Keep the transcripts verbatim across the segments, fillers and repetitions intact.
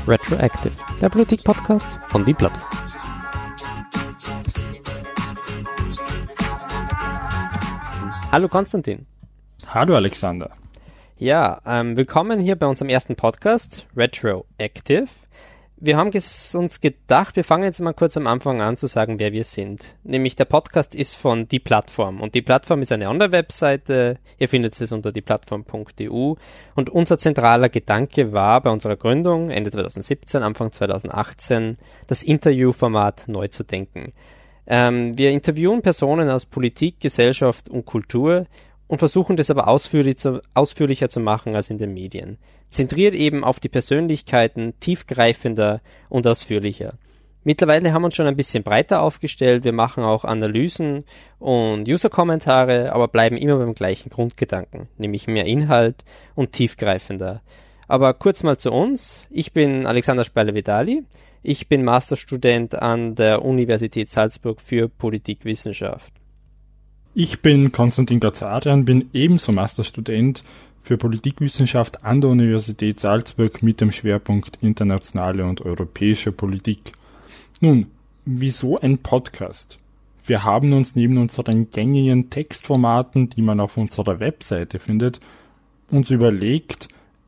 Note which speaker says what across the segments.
Speaker 1: Retroactive, der Politik-Podcast von Die Plattform. Hallo Konstantin.
Speaker 2: Hallo Alexander.
Speaker 1: Ja, ähm, willkommen hier bei unserem ersten Podcast, Retroactive. Wir haben ges- uns gedacht, wir fangen jetzt mal kurz am Anfang an zu sagen, wer wir sind. Nämlich der Podcast ist von Die Plattform und Die Plattform ist eine Online-Webseite, ihr findet es unter dieplattform punkt e u und unser zentraler Gedanke war bei unserer Gründung Ende zwanzig siebzehn, Anfang zwanzig achtzehn, das Interviewformat neu zu denken. Ähm, wir interviewen Personen aus Politik, Gesellschaft und Kultur und versuchen das aber ausführlich zu, ausführlicher zu machen als in den Medien. Zentriert eben auf die Persönlichkeiten, tiefgreifender und ausführlicher. Mittlerweile haben wir uns schon ein bisschen breiter aufgestellt, wir machen auch Analysen und User-Kommentare, aber bleiben immer beim gleichen Grundgedanken, nämlich mehr Inhalt und tiefgreifender. Aber kurz mal zu uns, ich bin Alexander Speiler-Vidali, ich bin Masterstudent an der Universität Salzburg für Politikwissenschaft.
Speaker 2: Ich bin Konstantin Gazarian, bin ebenso Masterstudent für Politikwissenschaft an der Universität Salzburg mit dem Schwerpunkt internationale und europäische Politik. Nun, wieso ein Podcast? Wir haben uns neben unseren gängigen Textformaten, die man auf unserer Webseite findet, uns überlegt,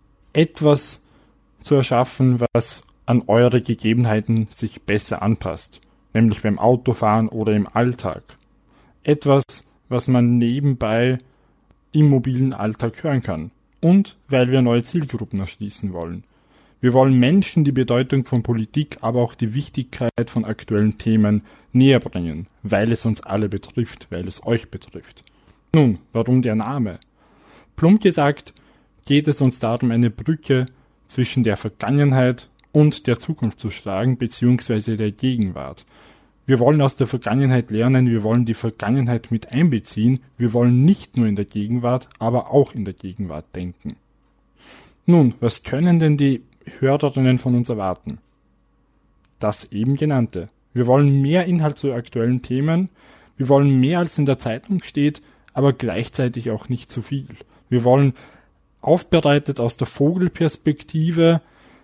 Speaker 2: etwas zu erschaffen, was an eure Gegebenheiten sich besser anpasst, nämlich beim Autofahren oder im Alltag. Etwas, was man nebenbei im mobilen Alltag hören kann. Und weil wir neue Zielgruppen erschließen wollen. Wir wollen Menschen die Bedeutung von Politik, aber auch die Wichtigkeit von aktuellen Themen näher bringen, weil es uns alle betrifft, weil es euch betrifft. Nun, warum der Name? Plump gesagt geht es uns darum, eine Brücke zwischen der Vergangenheit und der Zukunft zu schlagen, beziehungsweise der Gegenwart. Wir wollen aus der Vergangenheit lernen, wir wollen die Vergangenheit mit einbeziehen, wir wollen nicht nur in der Gegenwart, aber auch in der Gegenwart denken. Nun, was können denn die Hörerinnen von uns erwarten? Das eben genannte. Wir wollen mehr Inhalt zu aktuellen Themen, wir wollen mehr als in der Zeitung steht, aber gleichzeitig auch nicht zu viel. Wir wollen aufbereitet aus der Vogelperspektive,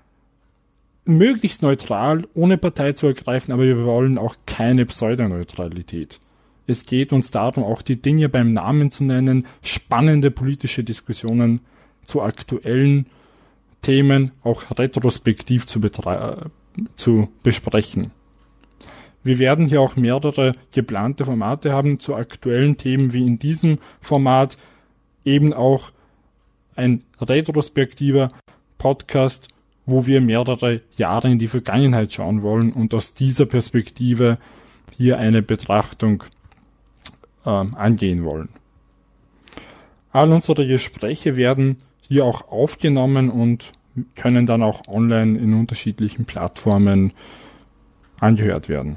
Speaker 2: möglichst neutral, ohne Partei zu ergreifen, aber wir wollen auch keine Pseudoneutralität. Es geht uns darum, auch die Dinge beim Namen zu nennen, spannende politische Diskussionen zu aktuellen Themen auch retrospektiv zu, betre- zu besprechen. Wir werden hier auch mehrere geplante Formate haben zu aktuellen Themen wie in diesem Format, eben auch ein retrospektiver Podcast, wo wir mehrere Jahre in die Vergangenheit schauen wollen und aus dieser Perspektive hier eine Betrachtung ähm, angehen wollen. All unsere Gespräche werden hier auch aufgenommen und können dann auch online in unterschiedlichen Plattformen angehört werden.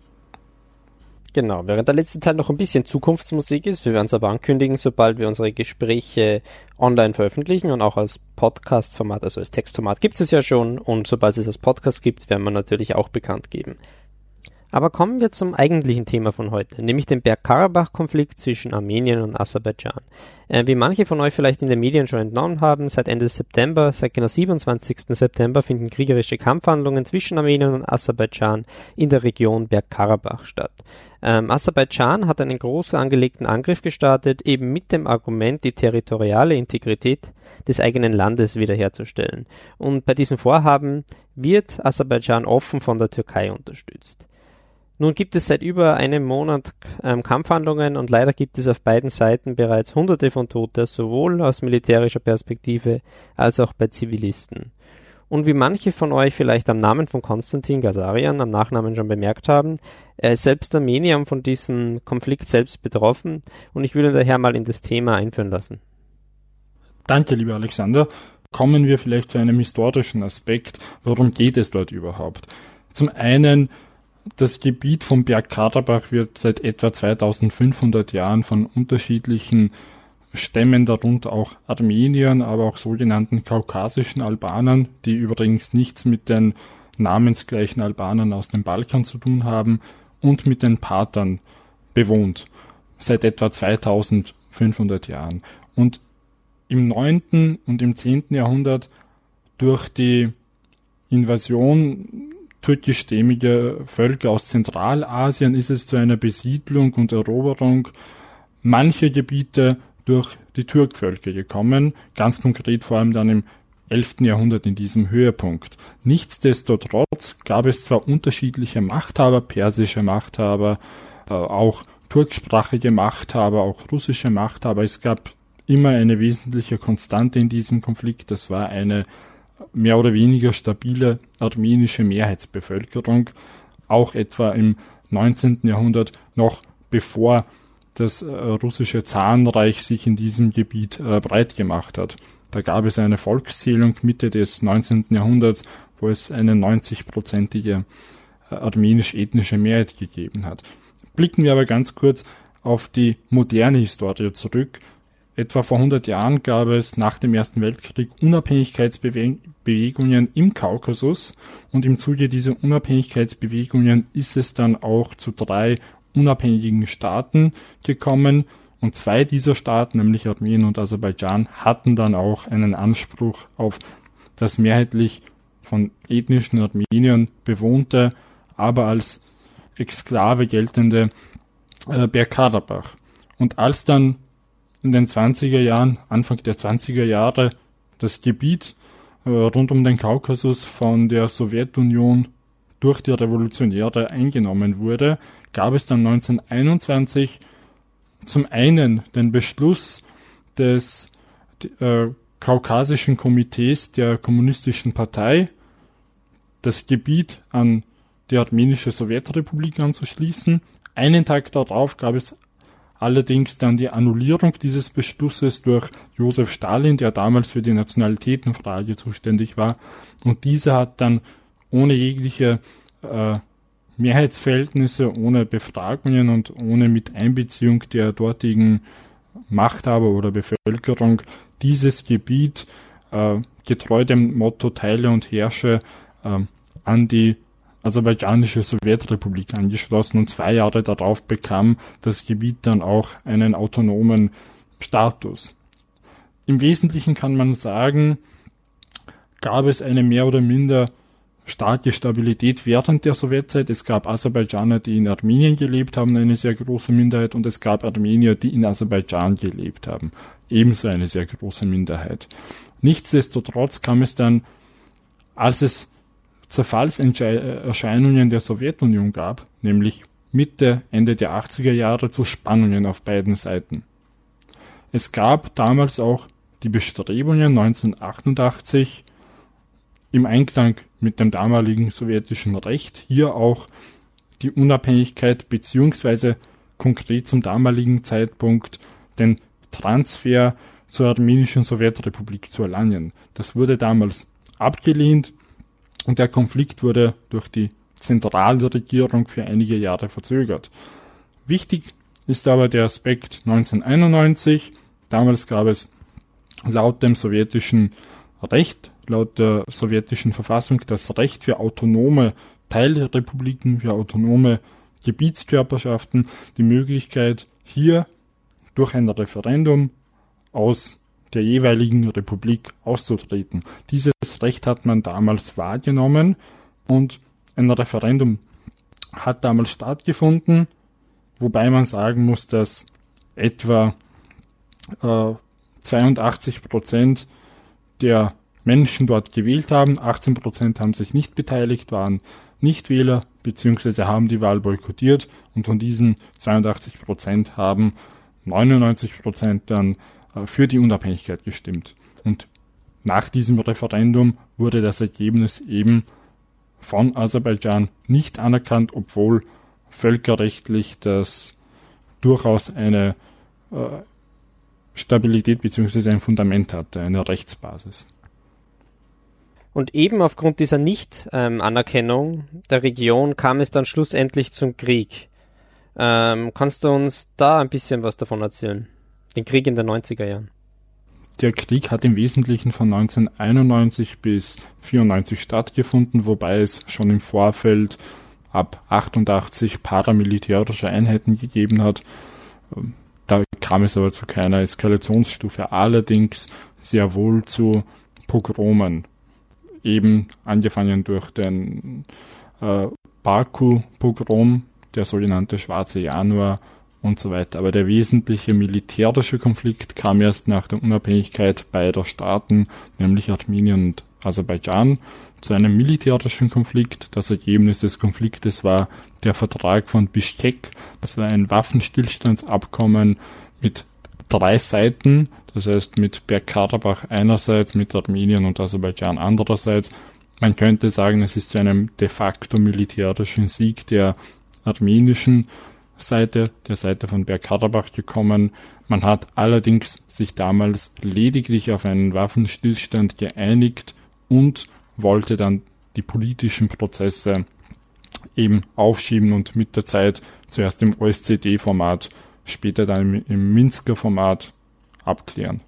Speaker 1: Genau, während der letzte Teil noch ein bisschen Zukunftsmusik ist, wir werden es aber ankündigen, sobald wir unsere Gespräche online veröffentlichen und auch als Podcast-Format, also als Textformat gibt es ja schon und sobald es als Podcast gibt, werden wir natürlich auch bekannt geben. Aber kommen wir zum eigentlichen Thema von heute, nämlich dem Bergkarabach-Konflikt zwischen Armenien und Aserbaidschan. Äh, wie manche von euch vielleicht in den Medien schon entnommen haben, seit Ende September, seit genau siebenundzwanzigsten September finden kriegerische Kampfhandlungen zwischen Armenien und Aserbaidschan in der Region Bergkarabach statt. Ähm, Aserbaidschan hat einen groß angelegten Angriff gestartet, eben mit dem Argument, die territoriale Integrität des eigenen Landes wiederherzustellen. Und bei diesem Vorhaben wird Aserbaidschan offen von der Türkei unterstützt. Nun gibt es seit über einem Monat ähm, Kampfhandlungen und leider gibt es auf beiden Seiten bereits Hunderte von Toten, sowohl aus militärischer Perspektive als auch bei Zivilisten. Und wie manche von euch vielleicht am Namen von Konstantin Gazarian, am Nachnamen schon bemerkt haben, äh, selbst Armenier haben von diesem Konflikt selbst betroffen und ich würde daher mal in das Thema einführen lassen.
Speaker 2: Danke, lieber Alexander. Kommen wir vielleicht zu einem historischen Aspekt. Worum geht es dort überhaupt? Zum einen, das Gebiet von Bergkarabach wird seit etwa zweitausendfünfhundert Jahren von unterschiedlichen Stämmen, darunter auch Armeniern, aber auch sogenannten kaukasischen Albanern, die übrigens nichts mit den namensgleichen Albanern aus dem Balkan zu tun haben, und mit den Parthern bewohnt, seit etwa zweitausendfünfhundert Jahren. Und im neunten und im zehnten Jahrhundert durch die Invasion türkischstämmiger Völker aus Zentralasien ist es zu einer Besiedlung und Eroberung mancher Gebiete durch die Türkvölker gekommen, ganz konkret vor allem dann im elften Jahrhundert in diesem Höhepunkt. Nichtsdestotrotz gab es zwar unterschiedliche Machthaber, persische Machthaber, äh, auch turksprachige Machthaber, auch russische Machthaber. Es gab immer eine wesentliche Konstante in diesem Konflikt. Das war eine mehr oder weniger stabile armenische Mehrheitsbevölkerung, auch etwa im neunzehnten Jahrhundert, noch bevor das äh, russische Zarenreich sich in diesem Gebiet äh, breit gemacht hat. Da gab es eine Volkszählung Mitte des neunzehnten Jahrhunderts, wo es eine neunzig-prozentige äh, armenisch-ethnische Mehrheit gegeben hat. Blicken wir aber ganz kurz auf die moderne Historie zurück. Etwa vor hundert Jahren gab es nach dem Ersten Weltkrieg Unabhängigkeitsbewegungen im Kaukasus und im Zuge dieser Unabhängigkeitsbewegungen ist es dann auch zu drei unabhängigen Staaten gekommen und zwei dieser Staaten, nämlich Armenien und Aserbaidschan, hatten dann auch einen Anspruch auf das mehrheitlich von ethnischen Armeniern bewohnte, aber als Exklave geltende äh, Bergkarabach. Und als dann in den zwanziger Jahren, Anfang der zwanziger Jahre, das Gebiet äh, rund um den Kaukasus von der Sowjetunion durch die Revolutionäre eingenommen wurde, gab es dann neunzehnhunderteinundzwanzig zum einen den Beschluss des äh, Kaukasischen Komitees der Kommunistischen Partei, das Gebiet an die Armenische Sowjetrepublik anzuschließen. Einen Tag darauf gab es allerdings dann die Annullierung dieses Beschlusses durch Josef Stalin, der damals für die Nationalitätenfrage zuständig war. Und dieser hat dann ohne jegliche äh, Mehrheitsverhältnisse, ohne Befragungen und ohne Miteinbeziehung der dortigen Machthaber oder Bevölkerung dieses Gebiet äh, getreu dem Motto Teile und Herrsche äh, an die aserbaidschanische Sowjetrepublik angeschlossen und zwei Jahre darauf bekam das Gebiet dann auch einen autonomen Status. Im Wesentlichen kann man sagen, gab es eine mehr oder minder starke Stabilität während der Sowjetzeit. Es gab Aserbaidschaner, die in Armenien gelebt haben, eine sehr große Minderheit, und es gab Armenier, die in Aserbaidschan gelebt haben, ebenso eine sehr große Minderheit. Nichtsdestotrotz kam es dann, als es Zerfallserscheinungen der Sowjetunion gab, nämlich Mitte, Ende der achtziger Jahre, zu Spannungen auf beiden Seiten. Es gab damals auch die Bestrebungen neunzehnhundertachtundachtzig im Einklang mit dem damaligen sowjetischen Recht hier auch die Unabhängigkeit beziehungsweise konkret zum damaligen Zeitpunkt den Transfer zur armenischen Sowjetrepublik zu erlangen. Das wurde damals abgelehnt und der Konflikt wurde durch die Zentralregierung für einige Jahre verzögert. Wichtig ist aber der Aspekt neunzehnhunderteinundneunzig. Damals gab es laut dem sowjetischen Recht, laut der sowjetischen Verfassung, das Recht für autonome Teilrepubliken, für autonome Gebietskörperschaften, die Möglichkeit, hier durch ein Referendum aus der jeweiligen Republik auszutreten. Dieses Recht hat man damals wahrgenommen und ein Referendum hat damals stattgefunden, wobei man sagen muss, dass etwa äh, zweiundachtzig Prozent der Menschen dort gewählt haben, achtzehn Prozent haben sich nicht beteiligt, waren Nichtwähler bzw. haben die Wahl boykottiert, und von diesen zweiundachtzig Prozent haben neunundneunzig Prozent dann äh, für die Unabhängigkeit gestimmt. Und nach diesem Referendum wurde das Ergebnis eben von Aserbaidschan nicht anerkannt, obwohl völkerrechtlich das durchaus eine äh, Stabilität bzw. ein Fundament hatte, eine Rechtsbasis.
Speaker 1: Und eben aufgrund dieser Nicht-Anerkennung ähm, der Region kam es dann schlussendlich zum Krieg. Ähm, kannst du uns da ein bisschen was davon erzählen? Den Krieg in den neunziger Jahren.
Speaker 2: Der Krieg hat im Wesentlichen von neunzehnhunderteinundneunzig bis neunzehnhundertvierundneunzig stattgefunden, wobei es schon im Vorfeld ab achtundachtzig paramilitärische Einheiten gegeben hat. Da kam es aber zu keiner Eskalationsstufe, allerdings sehr wohl zu Pogromen. eben angefangen durch den äh, Baku-Pogrom, der sogenannte Schwarze Januar und so weiter. Aber der wesentliche militärische Konflikt kam erst nach der Unabhängigkeit beider Staaten, nämlich Armenien und Aserbaidschan, zu einem militärischen Konflikt. Das Ergebnis des Konfliktes war der Vertrag von Bischkek. Das war ein Waffenstillstandsabkommen mit drei Seiten, das heißt mit Bergkarabach einerseits, mit Armenien und Aserbaidschan andererseits. Man könnte sagen, es ist zu einem de facto militärischen Sieg der armenischen Seite, der Seite von Bergkarabach gekommen. Man hat allerdings sich damals lediglich auf einen Waffenstillstand geeinigt und wollte dann die politischen Prozesse eben aufschieben und mit der Zeit zuerst im O S Z E-Format, später dann im, im Minsker Format abklären.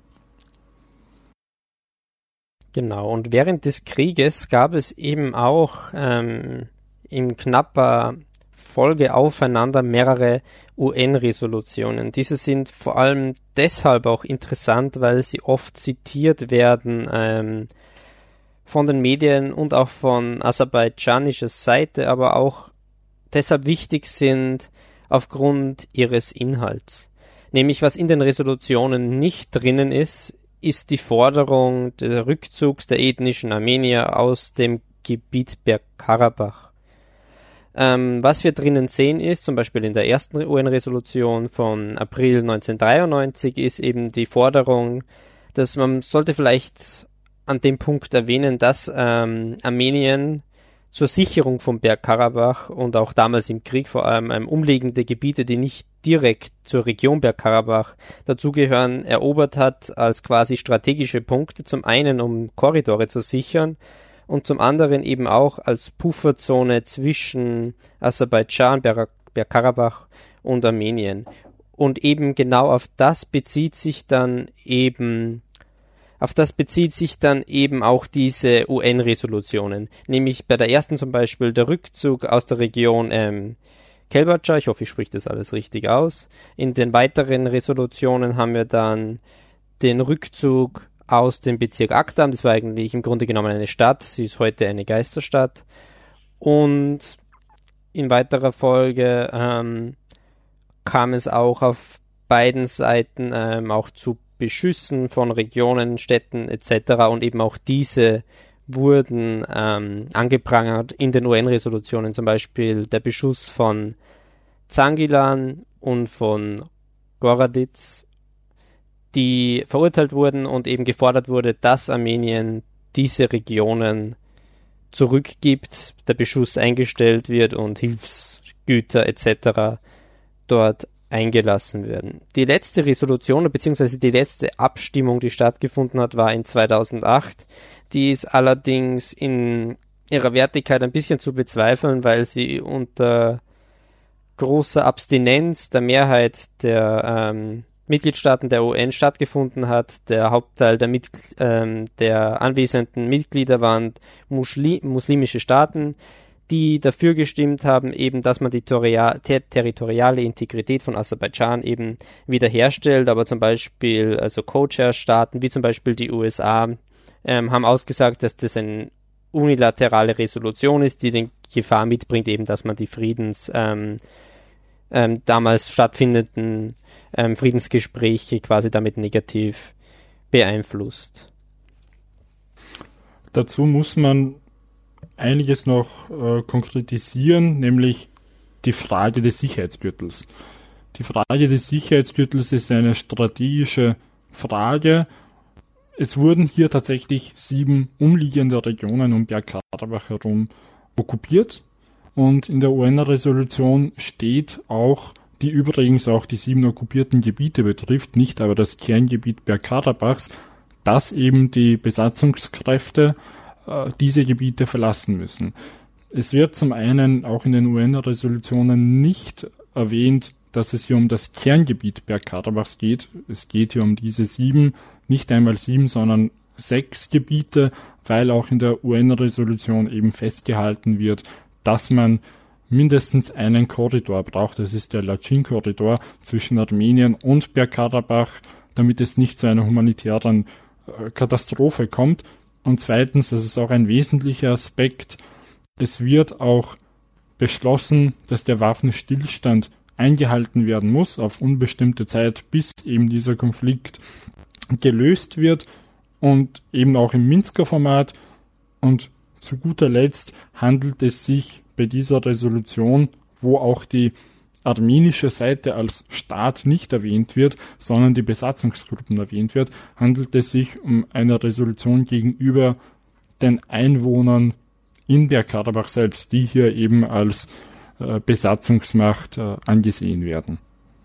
Speaker 1: Genau, und während des Krieges gab es eben auch ähm, in knapper Folge aufeinander mehrere U N-Resolutionen. Diese sind vor allem deshalb auch interessant, weil sie oft zitiert werden ähm, von den Medien und auch von aserbaidschanischer Seite, aber auch deshalb wichtig sind aufgrund ihres Inhalts. Nämlich, was in den Resolutionen nicht drinnen ist, ist die Forderung des Rückzugs der ethnischen Armenier aus dem Gebiet Bergkarabach. Ähm, was wir drinnen sehen ist, zum Beispiel in der ersten U N-Resolution von April neunzehnhundertdreiundneunzig, ist eben die Forderung, dass man sollte vielleicht an dem Punkt erwähnen, dass ähm, Armenien zur Sicherung von Bergkarabach und auch damals im Krieg vor allem ähm, umliegende Gebiete, die nicht direkt zur Region Bergkarabach dazugehören, erobert hat als quasi strategische Punkte, zum einen um Korridore zu sichern und zum anderen eben auch als Pufferzone zwischen Aserbaidschan, Berg- Bergkarabach und Armenien. Und eben genau auf das bezieht sich dann eben Auf das bezieht sich dann eben auch diese U N-Resolutionen. Nämlich bei der ersten zum Beispiel der Rückzug aus der Region ähm, Kelbacha, ich hoffe, ich spreche das alles richtig aus. In den weiteren Resolutionen haben wir dann den Rückzug aus dem Bezirk Akdam, das war eigentlich im Grunde genommen eine Stadt, sie ist heute eine Geisterstadt. Und in weiterer Folge ähm, kam es auch auf beiden Seiten ähm, auch zu Beschüssen von Regionen, Städten et cetera. Und eben auch diese wurden ähm, angeprangert in den U N-Resolutionen, zum Beispiel der Beschuss von Zangilan und von Goraditz, die verurteilt wurden und eben gefordert wurde, dass Armenien diese Regionen zurückgibt, der Beschuss eingestellt wird und Hilfsgüter et cetera dort eingelassen werden. Die letzte Resolution bzw. die letzte Abstimmung, die stattgefunden hat, war in zweitausendacht. Die ist allerdings in ihrer Wertigkeit ein bisschen zu bezweifeln, weil sie unter großer Abstinenz der Mehrheit der ähm, Mitgliedstaaten der U N stattgefunden hat. Der Hauptteil der, Mit ähm, der anwesenden Mitglieder waren Musli muslimische Staaten, die dafür gestimmt haben, eben, dass man die ter territoriale Integrität von Aserbaidschan eben wiederherstellt, aber zum Beispiel, also Co-Chair-Staaten, wie zum Beispiel die U S A, ähm, haben ausgesagt, dass das eine unilaterale Resolution ist, die die Gefahr mitbringt, eben, dass man die Friedens, ähm, ähm, damals stattfindenden ähm, Friedensgespräche quasi damit negativ beeinflusst.
Speaker 2: Dazu muss man einiges noch äh, konkretisieren, nämlich die Frage des Sicherheitsgürtels. Die Frage des Sicherheitsgürtels ist eine strategische Frage. Es wurden hier tatsächlich sieben umliegende Regionen um Bergkarabach herum okkupiert und in der U N-Resolution steht auch, die übrigens auch die sieben okkupierten Gebiete betrifft, nicht aber das Kerngebiet Bergkarabachs, dass eben die Besatzungskräfte diese Gebiete verlassen müssen. Es wird zum einen auch in den U N-Resolutionen nicht erwähnt, dass es hier um das Kerngebiet Bergkarabachs geht. Es geht hier um diese sieben, nicht einmal sieben, sondern sechs Gebiete, weil auch in der U N-Resolution eben festgehalten wird, dass man mindestens einen Korridor braucht. Das ist der Lachin-Korridor zwischen Armenien und Bergkarabach, damit es nicht zu einer humanitären Katastrophe kommt. Und zweitens, das ist auch ein wesentlicher Aspekt, es wird auch beschlossen, dass der Waffenstillstand eingehalten werden muss auf unbestimmte Zeit, bis eben dieser Konflikt gelöst wird und eben auch im Minsker Format. Und zu guter Letzt handelt es sich bei dieser Resolution, wo auch die armenische Seite als Staat nicht erwähnt wird, sondern die Besatzungsgruppen erwähnt wird, handelt es sich um eine Resolution gegenüber den Einwohnern in Bergkarabach selbst, die hier eben als äh, Besatzungsmacht äh, angesehen werden.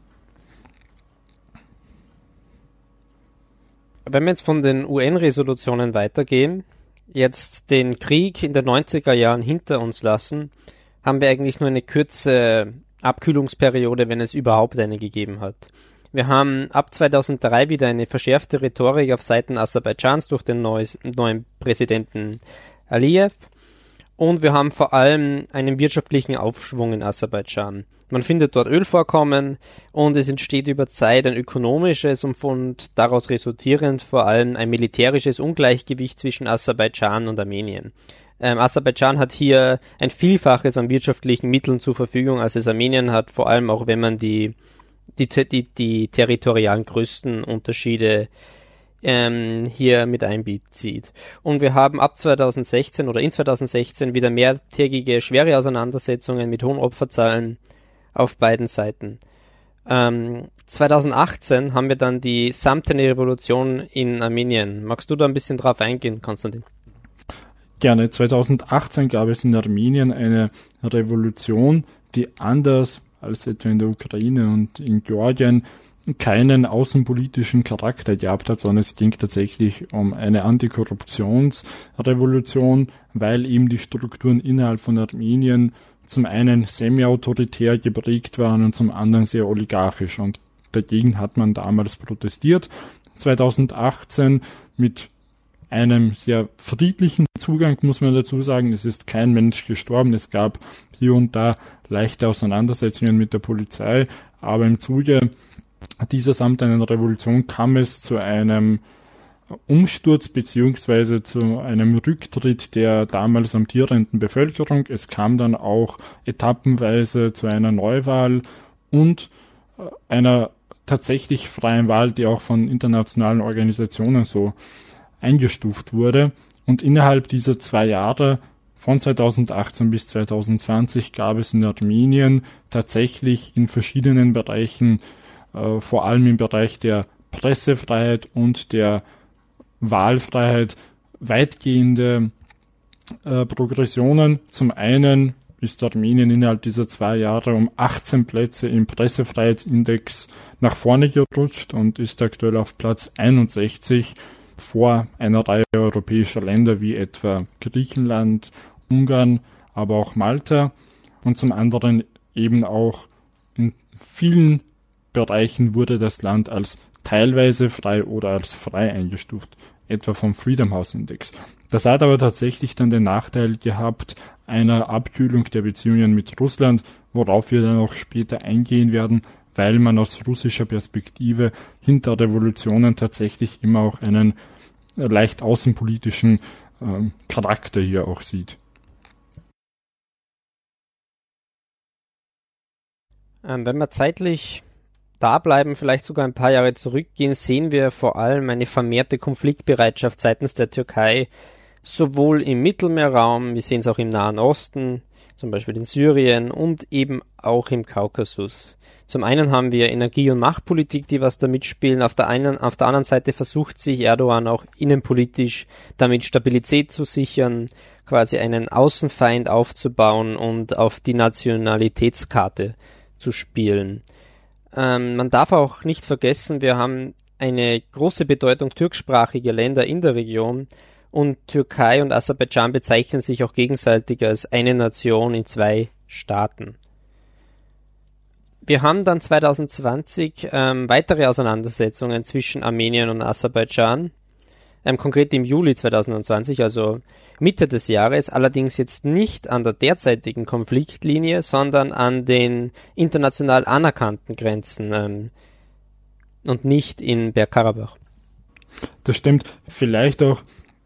Speaker 1: Wenn wir jetzt von den U N-Resolutionen weitergehen, jetzt den Krieg in den neunziger Jahren hinter uns lassen, haben wir eigentlich nur eine kurze Abkühlungsperiode, wenn es überhaupt eine gegeben hat. Wir haben ab zweitausenddrei wieder eine verschärfte Rhetorik auf Seiten Aserbaidschans durch den neues, neuen Präsidenten Aliyev und wir haben vor allem einen wirtschaftlichen Aufschwung in Aserbaidschan. Man findet dort Ölvorkommen und es entsteht über Zeit ein ökonomisches und von daraus resultierend vor allem ein militärisches Ungleichgewicht zwischen Aserbaidschan und Armenien. Ähm, Aserbaidschan hat hier ein Vielfaches an wirtschaftlichen Mitteln zur Verfügung, als es Armenien hat, vor allem auch wenn man die, die, die, die territorialen größten Unterschiede ähm, hier mit einbezieht. Und wir haben ab zweitausendsechzehn oder in zweitausendsechzehn wieder mehrtägige schwere Auseinandersetzungen mit hohen Opferzahlen auf beiden Seiten. Ähm, zweitausendachtzehn haben wir dann die samtene Revolution in Armenien. Magst du da ein bisschen drauf eingehen, Konstantin?
Speaker 2: Gerne. zweitausendachtzehn gab es in Armenien eine Revolution, die anders als etwa in der Ukraine und in Georgien keinen außenpolitischen Charakter gehabt hat, sondern es ging tatsächlich um eine Antikorruptionsrevolution, weil eben die Strukturen innerhalb von Armenien zum einen semi-autoritär geprägt waren und zum anderen sehr oligarchisch. Und dagegen hat man damals protestiert. zweitausendachtzehn mit einem sehr friedlichen Zugang, muss man dazu sagen. Es ist kein Mensch gestorben. Es gab hier und da leichte Auseinandersetzungen mit der Polizei. Aber im Zuge dieser samtenen Revolution kam es zu einem Umsturz beziehungsweise zu einem Rücktritt der damals amtierenden Bevölkerung. Es kam dann auch etappenweise zu einer Neuwahl und einer tatsächlich freien Wahl, die auch von internationalen Organisationen so eingestuft wurde. Und innerhalb dieser zwei Jahre von zweitausendachtzehn bis zweitausendzwanzig gab es in Armenien tatsächlich in verschiedenen Bereichen, äh, vor allem im Bereich der Pressefreiheit und der Wahlfreiheit, weitgehende äh, Progressionen. Zum einen ist Armenien innerhalb dieser zwei Jahre um achtzehn Plätze im Pressefreiheitsindex nach vorne gerutscht und ist aktuell auf Platz einundsechzig vor einer Reihe europäischer Länder wie etwa Griechenland, Ungarn, aber auch Malta. Und zum anderen eben auch in vielen Bereichen wurde das Land als teilweise frei oder als frei eingestuft, etwa vom Freedom House Index. Das hat aber tatsächlich dann den Nachteil gehabt einer Abkühlung der Beziehungen mit Russland, worauf wir dann auch später eingehen werden, weil man aus russischer Perspektive hinter Revolutionen tatsächlich immer auch einen leicht außenpolitischen ähm, Charakter hier auch sieht.
Speaker 1: Ähm, wenn wir zeitlich da bleiben, vielleicht sogar ein paar Jahre zurückgehen, sehen wir vor allem eine vermehrte Konfliktbereitschaft seitens der Türkei, sowohl im Mittelmeerraum, wir sehen es auch im Nahen Osten, zum Beispiel in Syrien und eben auch im Kaukasus. Zum einen haben wir Energie- und Machtpolitik, die was da mitspielen. Auf der einen, auf der anderen Seite versucht sich Erdogan auch innenpolitisch damit Stabilität zu sichern, quasi einen Außenfeind aufzubauen und auf die Nationalitätskarte zu spielen. Ähm, man darf auch nicht vergessen, wir haben eine große Bedeutung türkischsprachiger Länder in der Region und Türkei und Aserbaidschan bezeichnen sich auch gegenseitig als eine Nation in zwei Staaten. Wir haben dann zweitausendzwanzig ähm, weitere Auseinandersetzungen zwischen Armenien und Aserbaidschan, ähm, konkret im Juli zweitausendzwanzig, also Mitte des Jahres, allerdings jetzt nicht an der derzeitigen Konfliktlinie, sondern an den international anerkannten Grenzen ähm, und nicht in Bergkarabach.
Speaker 2: Das stimmt. Vielleicht auch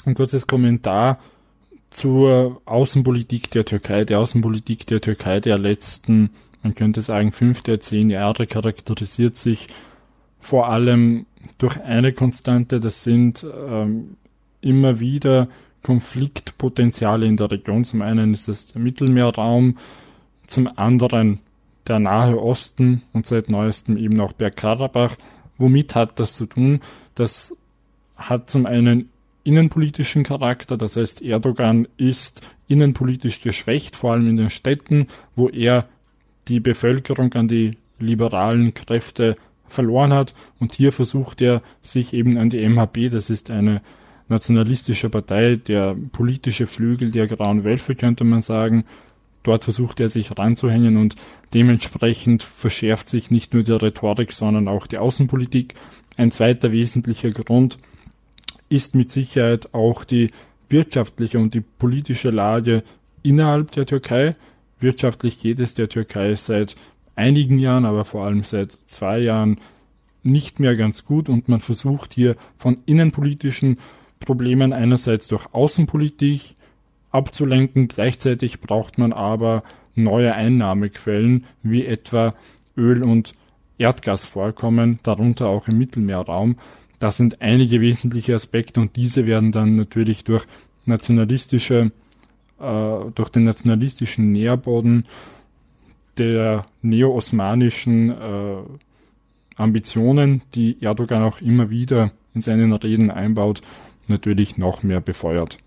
Speaker 2: ein kurzes Kommentar zur Außenpolitik der Türkei. Die Außenpolitik der Türkei der letzten, man könnte sagen, fünf der zehn Jahre charakterisiert sich vor allem durch eine Konstante, das sind ähm, immer wieder Konfliktpotenziale in der Region. Zum einen ist es der Mittelmeerraum, zum anderen der Nahe Osten und seit neuestem eben auch Bergkarabach. Womit hat das zu tun? Das hat zum einen innenpolitischen Charakter, das heißt Erdogan ist innenpolitisch geschwächt, vor allem in den Städten, wo er die Bevölkerung an die liberalen Kräfte verloren hat, und hier versucht er sich eben an die M H P, das ist eine nationalistische Partei, der politische Flügel der Grauen Wölfe, könnte man sagen. Dort versucht er sich ranzuhängen und dementsprechend verschärft sich nicht nur die Rhetorik, sondern auch die Außenpolitik. Ein zweiter wesentlicher Grund ist mit Sicherheit auch die wirtschaftliche und die politische Lage innerhalb der Türkei. Wirtschaftlich geht es der Türkei seit einigen Jahren, aber vor allem seit zwei Jahren nicht mehr ganz gut, und man versucht hier von innenpolitischen Problemen einerseits durch Außenpolitik abzulenken. Gleichzeitig braucht man aber neue Einnahmequellen, wie etwa Öl- und Erdgasvorkommen, darunter auch im Mittelmeerraum. Das sind einige wesentliche Aspekte, und diese werden dann natürlich durch nationalistische, äh, durch den nationalistischen Nährboden der neo-osmanischen äh, Ambitionen, die Erdogan auch immer wieder in seinen Reden einbaut, natürlich noch mehr befeuert.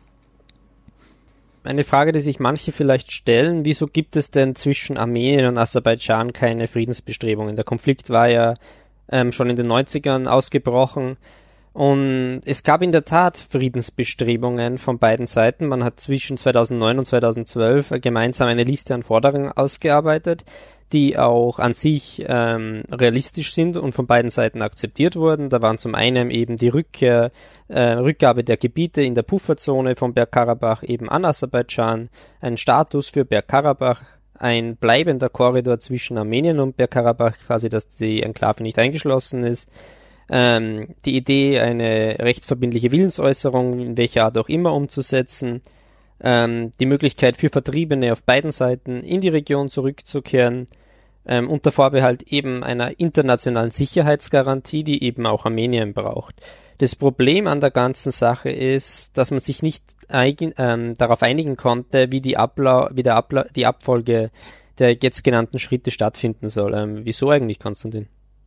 Speaker 1: Eine Frage, die sich manche vielleicht stellen: Wieso gibt es denn zwischen Armenien und Aserbaidschan keine Friedensbestrebungen? Der Konflikt war ja ähm, schon in den neunzigern ausgebrochen, und es gab in der Tat Friedensbestrebungen von beiden Seiten. Man hat zwischen zweitausendneun und zweitausendzwölf gemeinsam eine Liste an Forderungen ausgearbeitet, die auch an sich ähm, realistisch sind und von beiden Seiten akzeptiert wurden. Da waren zum einen eben die Rückkehr, äh, Rückgabe der Gebiete in der Pufferzone von Bergkarabach eben an Aserbaidschan, ein Status für Bergkarabach, ein bleibender Korridor zwischen Armenien und Bergkarabach, quasi, dass die Enklave nicht eingeschlossen ist. Ähm, die Idee, eine rechtsverbindliche Willensäußerung, in welcher Art auch immer, umzusetzen. Ähm, die Möglichkeit für Vertriebene auf beiden Seiten in die Region zurückzukehren, ähm, unter Vorbehalt eben einer internationalen Sicherheitsgarantie, die eben auch Armenien braucht. Das Problem an der ganzen Sache ist, dass man sich nicht eigen, ähm, darauf einigen konnte, wie die, Abla- wie der Abla- die Abfolge der jetzt genannten Schritte stattfinden soll. Ähm, wieso eigentlich, Konstantin?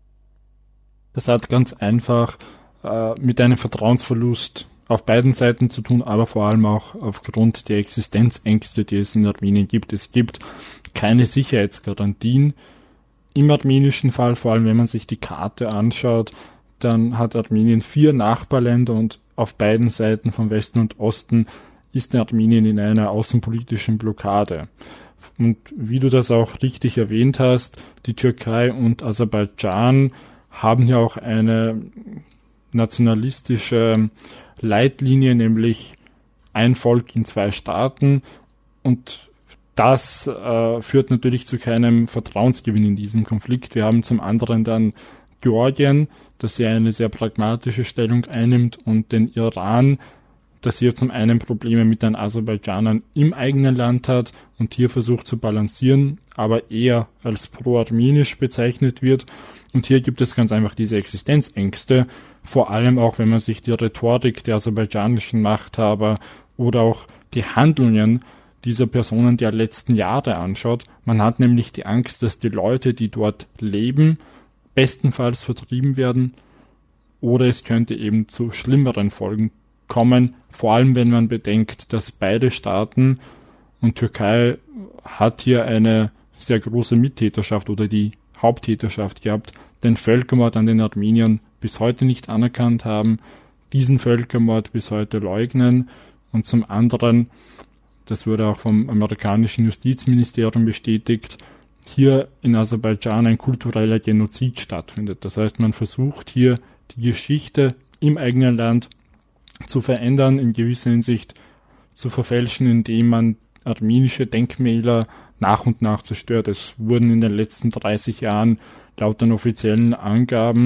Speaker 2: Das hat ganz einfach äh, mit einem Vertrauensverlust auf beiden Seiten zu tun, aber vor allem auch aufgrund der Existenzängste, die es in Armenien gibt. Es gibt keine Sicherheitsgarantien im armenischen Fall, vor allem wenn man sich die Karte anschaut, dann hat Armenien vier Nachbarländer, und auf beiden Seiten von Westen und Osten ist Armenien in einer außenpolitischen Blockade. Und wie du das auch richtig erwähnt hast, die Türkei und Aserbaidschan haben ja auch eine nationalistische Leitlinie, nämlich ein Volk in zwei Staaten, und das äh, führt natürlich zu keinem Vertrauensgewinn in diesem Konflikt. Wir haben zum anderen dann Georgien, das ja eine sehr pragmatische Stellung einnimmt, und den Iran, das hier zum einen Probleme mit den Aserbaidschanern im eigenen Land hat und hier versucht zu balancieren, aber eher als pro-armenisch bezeichnet wird. Und hier gibt es ganz einfach diese Existenzängste, vor allem auch, wenn man sich die Rhetorik der aserbaidschanischen Machthaber oder auch die Handlungen dieser Personen der letzten Jahre anschaut. Man hat nämlich die Angst, dass die Leute, die dort leben, bestenfalls vertrieben werden, oder es könnte eben zu schlimmeren Folgen kommen, vor allem wenn man bedenkt, dass beide Staaten, und Türkei hat hier eine sehr große Mittäterschaft oder die Haupttäterschaft gehabt, den Völkermord an den Armeniern bis heute nicht anerkannt haben, diesen Völkermord bis heute leugnen, und zum anderen, das wurde auch vom amerikanischen Justizministerium bestätigt, hier in Aserbaidschan ein kultureller Genozid stattfindet. Das heißt, man versucht hier die Geschichte im eigenen Land zu verändern, in gewisser Hinsicht zu verfälschen, indem man armenische Denkmäler nach und nach zerstört. Es wurden in den letzten dreißig Jahren laut den offiziellen Angaben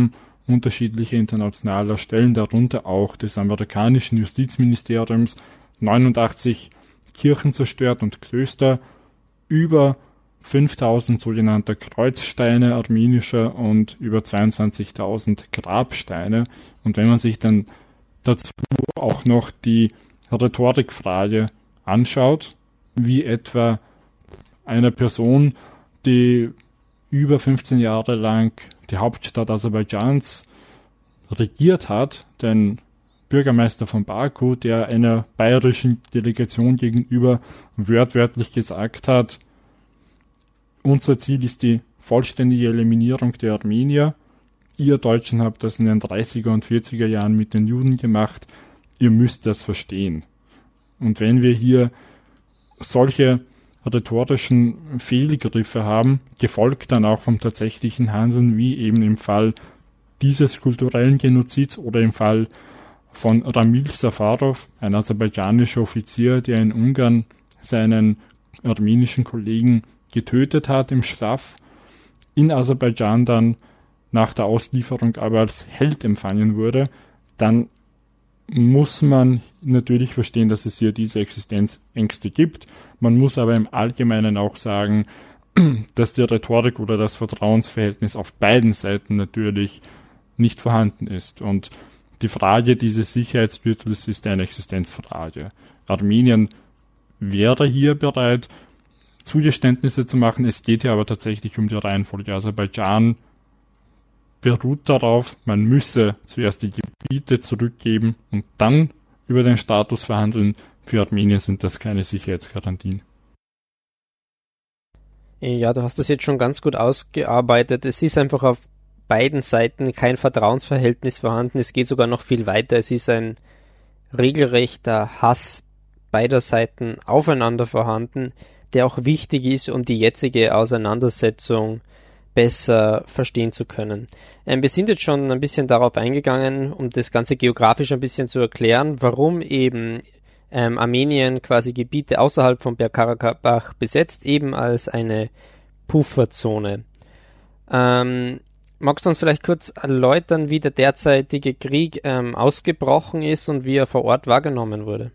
Speaker 2: unterschiedlicher internationaler Stellen, darunter auch des amerikanischen Justizministeriums, neunundachtzig Kirchen zerstört und Klöster, über fünftausend sogenannter Kreuzsteine armenischer und über zweiundzwanzigtausend Grabsteine. Und wenn man sich dann dazu auch noch die Rhetorikfrage anschaut, wie etwa einer Person, die über fünfzehn Jahre lang die Hauptstadt Aserbaidschans regiert hat, den Bürgermeister von Baku, der einer bayerischen Delegation gegenüber wörtwörtlich gesagt hat, unser Ziel ist die vollständige Eliminierung der Armenier. Ihr Deutschen habt das in den dreißiger und vierziger Jahren mit den Juden gemacht. Ihr müsst das verstehen. Und wenn wir hier solche rhetorischen Fehlgriffe haben, gefolgt dann auch vom tatsächlichen Handeln, wie eben im Fall dieses kulturellen Genozids oder im Fall von Ramil Safarov, ein aserbaidschanischer Offizier, der in Ungarn seinen armenischen Kollegen getötet hat im Schlaf, in Aserbaidschan dann nach der Auslieferung aber als Held empfangen wurde, dann muss man natürlich verstehen, dass es hier diese Existenzängste gibt. Man muss aber im Allgemeinen auch sagen, dass die Rhetorik oder das Vertrauensverhältnis auf beiden Seiten natürlich nicht vorhanden ist. Und die Frage dieses Sicherheitsgürtels ist eine Existenzfrage. Armenien wäre hier bereit, Zugeständnisse zu machen. Es geht hier aber tatsächlich um die Reihenfolge. Aserbaidschan beruht darauf, man müsse zuerst die Gebiete zurückgeben und dann über den Status verhandeln. Für Armenien sind das keine Sicherheitsgarantien.
Speaker 1: Ja, du hast das jetzt schon ganz gut ausgearbeitet. Es ist einfach auf beiden Seiten kein Vertrauensverhältnis vorhanden. Es geht sogar noch viel weiter. Es ist ein regelrechter Hass beider Seiten aufeinander vorhanden, der auch wichtig ist, um die jetzige Auseinandersetzung besser verstehen zu können. Ähm, wir sind jetzt schon ein bisschen darauf eingegangen, um das Ganze geografisch ein bisschen zu erklären, warum eben ähm, Armenien quasi Gebiete außerhalb von Bergkarabach besetzt, eben als eine Pufferzone. Ähm, magst du uns vielleicht kurz erläutern, wie der derzeitige Krieg ähm, ausgebrochen ist und wie er vor Ort wahrgenommen wurde?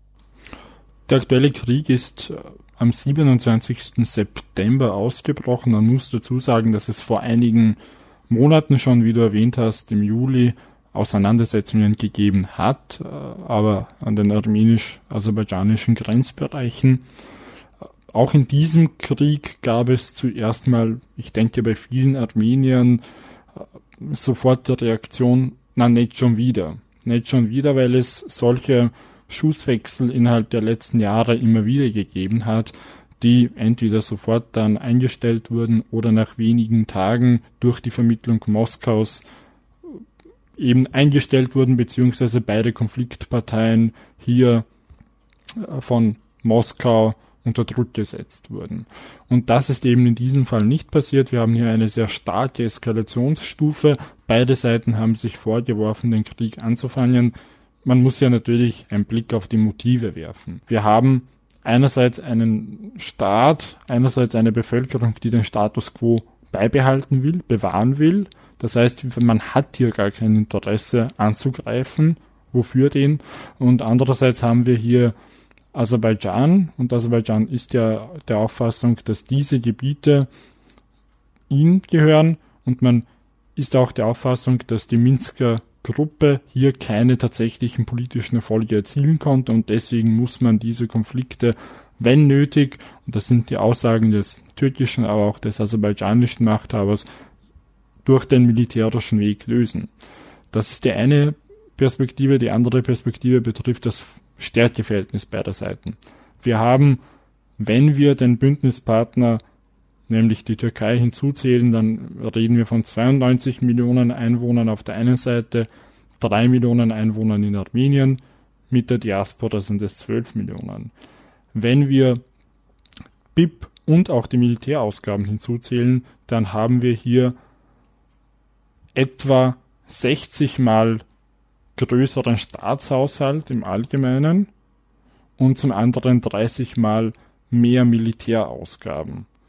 Speaker 2: Der aktuelle Krieg ist am siebenundzwanzigsten September ausgebrochen. Man muss dazu sagen, dass es vor einigen Monaten schon, wie du erwähnt hast, im Juli Auseinandersetzungen gegeben hat, aber an den armenisch-aserbaidschanischen Grenzbereichen. Auch in diesem Krieg gab es zuerst mal, ich denke bei vielen Armeniern, sofort die Reaktion, na nicht schon wieder. Nicht schon wieder, weil es solche Schusswechsel innerhalb der letzten Jahre immer wieder gegeben hat, die entweder sofort dann eingestellt wurden oder nach wenigen Tagen durch die Vermittlung Moskaus eben eingestellt wurden, beziehungsweise beide Konfliktparteien hier von Moskau unter Druck gesetzt wurden. Und das ist eben in diesem Fall nicht passiert. Wir haben hier eine sehr starke Eskalationsstufe. Beide Seiten haben sich vorgeworfen, den Krieg anzufangen. Man muss ja natürlich einen Blick auf die Motive werfen. Wir haben einerseits einen Staat, einerseits eine Bevölkerung, die den Status quo beibehalten will, bewahren will. Das heißt, man hat hier gar kein Interesse anzugreifen. Wofür den? Und andererseits haben wir hier Aserbaidschan. Und Aserbaidschan ist ja der Auffassung, dass diese Gebiete ihm gehören. Und man ist auch der Auffassung, dass die Minsker Gruppe hier keine tatsächlichen politischen Erfolge erzielen konnte und deswegen muss man diese Konflikte, wenn nötig, und das sind die Aussagen des türkischen, aber auch des aserbaidschanischen Machthabers, durch den militärischen Weg lösen. Das ist die eine Perspektive. Die andere Perspektive betrifft das Stärkeverhältnis beider Seiten. Wir haben, wenn wir den Bündnispartner, nämlich die Türkei, hinzuzählen, dann reden wir von zweiundneunzig Millionen Einwohnern auf der einen Seite, drei Millionen Einwohnern in Armenien, mit der Diaspora sind es zwölf Millionen. Wenn wir B I P und auch die Militärausgaben hinzuzählen, dann haben wir hier etwa sechzig Mal größeren Staatshaushalt im Allgemeinen und zum anderen dreißig Mal mehr Militärausgaben.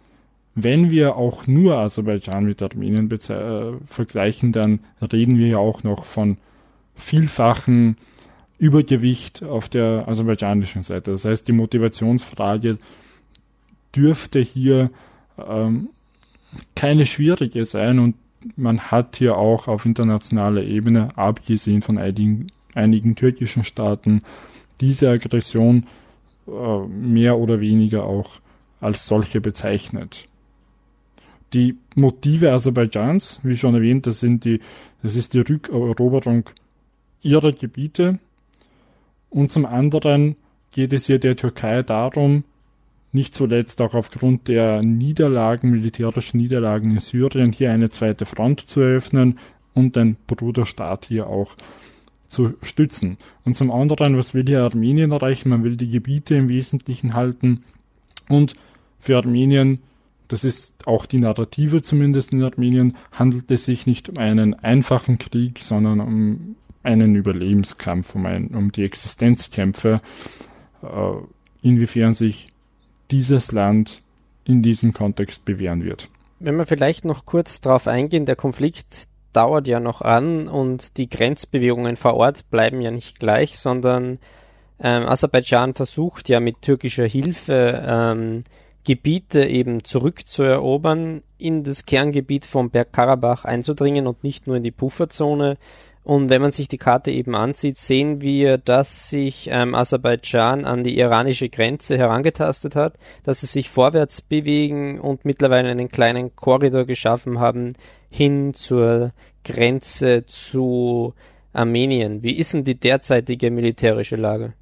Speaker 2: wenn wir auch nur Aserbaidschan mit Armenien beze- äh, vergleichen, dann reden wir ja auch noch von vielfachen Übergewicht auf der aserbaidschanischen Seite. Das heißt, die Motivationsfrage dürfte hier ähm, keine schwierige sein, und man hat hier auch auf internationaler Ebene, abgesehen von einigen, einigen türkischen Staaten, diese Aggression äh, mehr oder weniger auch als solche bezeichnet. Die Motive Aserbaidschans, wie schon erwähnt, das sind die, das ist die Rückeroberung ihrer Gebiete, und zum anderen geht es hier der Türkei darum, nicht zuletzt auch aufgrund der Niederlagen, militärischen Niederlagen in Syrien, hier eine zweite Front zu eröffnen und den Bruderstaat hier auch zu stützen. Und zum anderen, was will hier Armenien erreichen? Man will die Gebiete im Wesentlichen halten, und für Armenien, das ist auch die Narrative zumindest in Armenien, handelt es sich nicht um einen einfachen Krieg, sondern um einen Überlebenskampf, um, ein, um die Existenzkämpfe, äh, inwiefern sich dieses Land in diesem Kontext bewähren wird.
Speaker 1: Wenn wir vielleicht noch kurz darauf eingehen, der Konflikt dauert ja noch an und die Grenzbewegungen vor Ort bleiben ja nicht gleich, sondern ähm, Aserbaidschan versucht ja mit türkischer Hilfe ähm, Gebiete eben zurückzuerobern, in das Kerngebiet vom Bergkarabach einzudringen und nicht nur in die Pufferzone. Und wenn man sich die Karte eben ansieht, sehen wir, dass sich ähm, Aserbaidschan an die iranische Grenze herangetastet hat, dass sie sich vorwärts bewegen und mittlerweile einen kleinen Korridor geschaffen haben hin zur Grenze zu Armenien. Wie ist denn die derzeitige militärische Lage?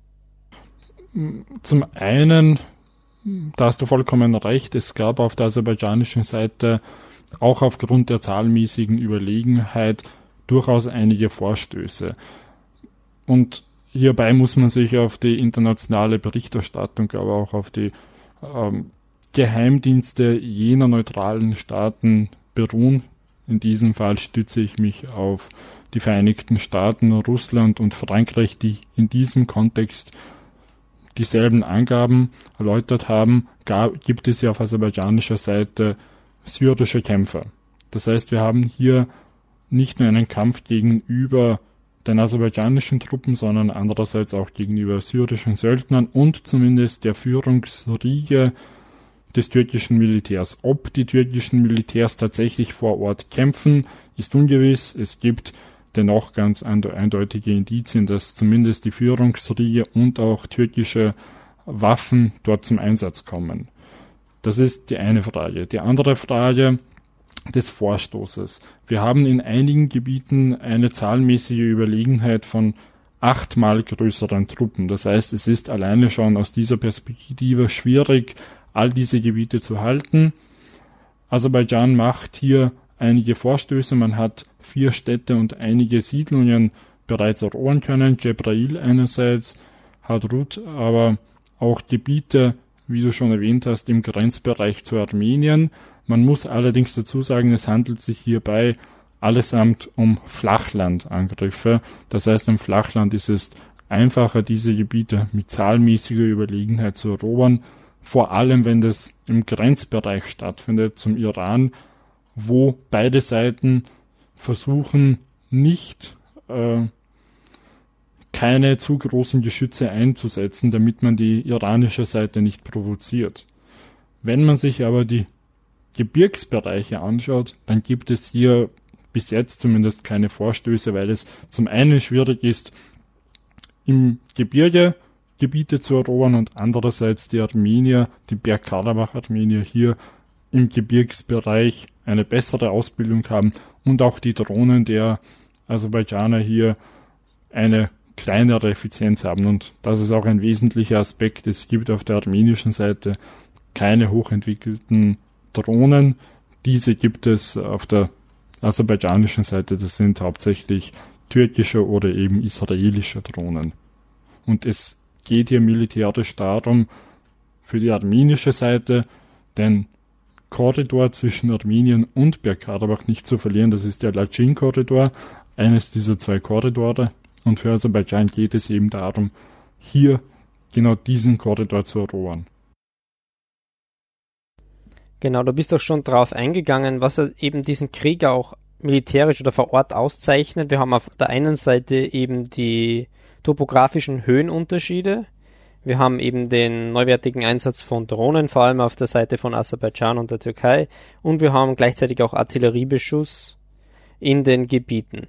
Speaker 2: Zum einen, da hast du vollkommen recht, es gab auf der aserbaidschanischen Seite auch aufgrund der zahlenmäßigen Überlegenheit durchaus einige Vorstöße. Und hierbei muss man sich auf die internationale Berichterstattung, aber auch auf die ähm, Geheimdienste jener neutralen Staaten beruhen. In diesem Fall stütze ich mich auf die Vereinigten Staaten, Russland und Frankreich, die in diesem Kontext dieselben Angaben erläutert haben. Gab, gibt es ja auf aserbaidschanischer Seite syrische Kämpfer. Das heißt, wir haben hier nicht nur einen Kampf gegenüber den aserbaidschanischen Truppen, sondern andererseits auch gegenüber syrischen Söldnern und zumindest der Führungsriege des türkischen Militärs. Ob die türkischen Militärs tatsächlich vor Ort kämpfen, ist ungewiss. Es gibt dennoch ganz eindeutige Indizien, dass zumindest die Führungsriege und auch türkische Waffen dort zum Einsatz kommen. Das ist die eine Frage. Die andere Frage des Vorstoßes. Wir haben in einigen Gebieten eine zahlenmäßige Überlegenheit von achtmal größeren Truppen. Das heißt, es ist alleine schon aus dieser Perspektive schwierig, all diese Gebiete zu halten. Aserbaidschan macht hier einige Vorstöße. Man hat vier Städte und einige Siedlungen bereits erobern können. Cebrail einerseits, Hadrut, aber auch Gebiete, wie du schon erwähnt hast, im Grenzbereich zu Armenien. Man muss allerdings dazu sagen, es handelt sich hierbei allesamt um Flachlandangriffe. Das heißt, im Flachland ist es einfacher, diese Gebiete mit zahlenmäßiger Überlegenheit zu erobern, vor allem wenn das im Grenzbereich stattfindet zum Iran, wo beide Seiten versuchen, nicht äh, keine zu großen Geschütze einzusetzen, damit man die iranische Seite nicht provoziert. Wenn man sich aber die Gebirgsbereiche anschaut, dann gibt es hier bis jetzt zumindest keine Vorstöße, weil es zum einen schwierig ist, im Gebirge Gebiete zu erobern und andererseits die Armenier, die Bergkarabach-Armenier hier im Gebirgsbereich eine bessere Ausbildung haben und auch die Drohnen der Aserbaidschaner hier eine kleinere Effizienz haben. Und das ist auch ein wesentlicher Aspekt. Es gibt auf der armenischen Seite keine hochentwickelten Drohnen. Diese gibt es auf der aserbaidschanischen Seite. Das sind hauptsächlich türkische oder eben israelische Drohnen. Und es geht hier militärisch darum, für die armenische Seite den Korridor zwischen Armenien und Bergkarabach nicht zu verlieren. Das ist der Lachin-Korridor, eines dieser zwei Korridore. Und für Aserbaidschan geht es eben darum, hier genau diesen Korridor zu erobern.
Speaker 1: Genau, du bist doch schon drauf eingegangen, was eben diesen Krieg auch militärisch oder vor Ort auszeichnet. Wir haben auf der einen Seite eben die topografischen Höhenunterschiede. Wir haben eben den neuwertigen Einsatz von Drohnen, vor allem auf der Seite von Aserbaidschan und der Türkei. Und wir haben gleichzeitig auch Artilleriebeschuss in den Gebieten.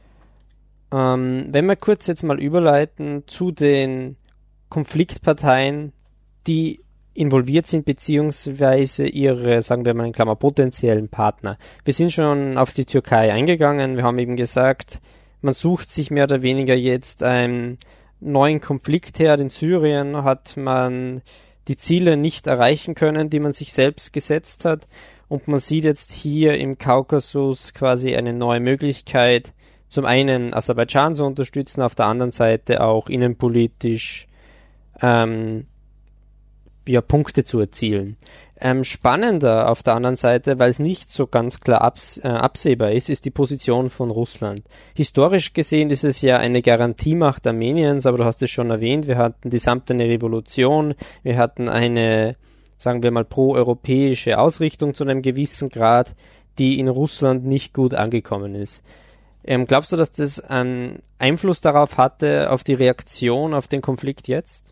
Speaker 1: Ähm, wenn wir kurz jetzt mal überleiten zu den Konfliktparteien, die involviert sind, beziehungsweise ihre, sagen wir mal in Klammer, potenziellen Partner. Wir sind schon auf die Türkei eingegangen. Wir haben eben gesagt, man sucht sich mehr oder weniger jetzt einen neuen Konfliktherd. In Syrien hat man die Ziele nicht erreichen können, die man sich selbst gesetzt hat. Und man sieht jetzt hier im Kaukasus quasi eine neue Möglichkeit, zum einen Aserbaidschan zu unterstützen, auf der anderen Seite auch innenpolitisch ähm, ja, Punkte zu erzielen. Ähm, spannender auf der anderen Seite, weil es nicht so ganz klar abs- äh, absehbar ist, ist die Position von Russland. Historisch gesehen ist es ja eine Garantiemacht Armeniens, aber du hast es schon erwähnt, wir hatten die samtene Revolution, wir hatten eine, sagen wir mal, pro-europäische Ausrichtung zu einem gewissen Grad, die in Russland nicht gut angekommen ist. Ähm, glaubst du, dass das einen Einfluss darauf hatte, auf die Reaktion auf den Konflikt jetzt?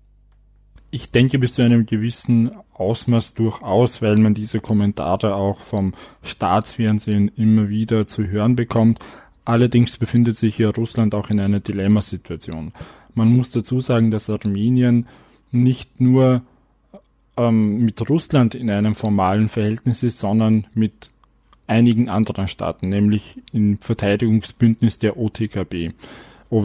Speaker 2: Ich denke bis zu einem gewissen Ausmaß durchaus, weil man diese Kommentare auch vom Staatsfernsehen immer wieder zu hören bekommt. Allerdings befindet sich hier Russland auch in einer Dilemmasituation. Man muss dazu sagen, dass Armenien nicht nur ähm, mit Russland in einem formalen Verhältnis ist, sondern mit einigen anderen Staaten, nämlich im Verteidigungsbündnis der O T K B, O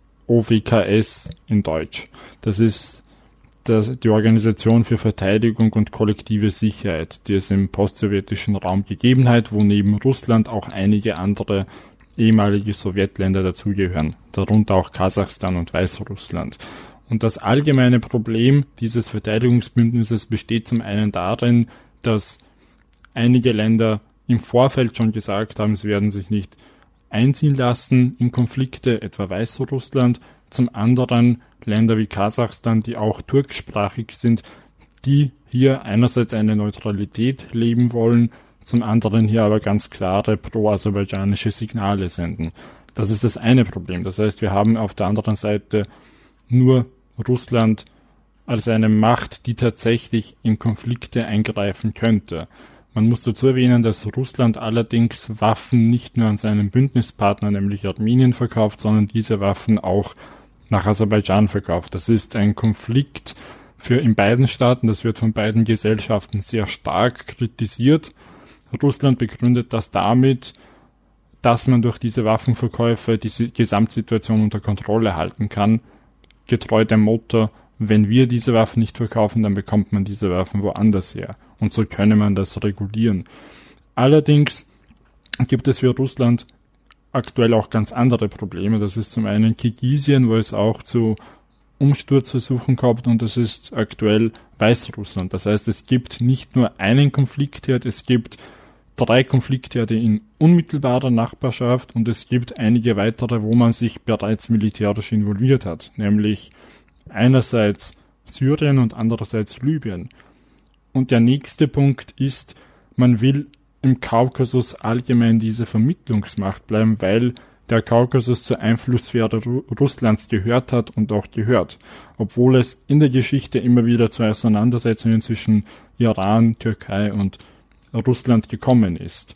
Speaker 2: W K S in Deutsch. Das ist Das, die Organisation für Verteidigung und kollektive Sicherheit, die es im postsowjetischen Raum gegeben hat, wo neben Russland auch einige andere ehemalige Sowjetländer dazugehören, darunter auch Kasachstan und Weißrussland. Und das allgemeine Problem dieses Verteidigungsbündnisses besteht zum einen darin, dass einige Länder im Vorfeld schon gesagt haben, sie werden sich nicht einziehen lassen in Konflikte, etwa Weißrussland, zum anderen Länder wie Kasachstan, die auch turksprachig sind, die hier einerseits eine Neutralität leben wollen, zum anderen hier aber ganz klare pro-aserbaidschanische Signale senden. Das ist das eine Problem. Das heißt, wir haben auf der anderen Seite nur Russland als eine Macht, die tatsächlich in Konflikte eingreifen könnte. Man muss dazu erwähnen, dass Russland allerdings Waffen nicht nur an seinen Bündnispartner, nämlich Armenien, verkauft, sondern diese Waffen auch nach Aserbaidschan verkauft. Das ist ein Konflikt für in beiden Staaten, das wird von beiden Gesellschaften sehr stark kritisiert. Russland begründet das damit, dass man durch diese Waffenverkäufe diese Gesamtsituation unter Kontrolle halten kann. Getreu dem Motto, wenn wir diese Waffen nicht verkaufen, dann bekommt man diese Waffen woanders her. Und so könne man das regulieren. Allerdings gibt es für Russland aktuell auch ganz andere Probleme. Das ist zum einen Kirgisien, wo es auch zu Umsturzversuchen kommt, und das ist aktuell Weißrussland. Das heißt, es gibt nicht nur einen Konfliktherd, es gibt drei Konfliktherde in unmittelbarer Nachbarschaft und es gibt einige weitere, wo man sich bereits militärisch involviert hat, nämlich einerseits Syrien und andererseits Libyen. Und der nächste Punkt ist, man will im Kaukasus allgemein diese Vermittlungsmacht bleiben, weil der Kaukasus zur Einflusssphäre Ru- Russlands gehört hat und auch gehört, obwohl es in der Geschichte immer wieder zu Auseinandersetzungen zwischen Iran, Türkei und Russland gekommen ist.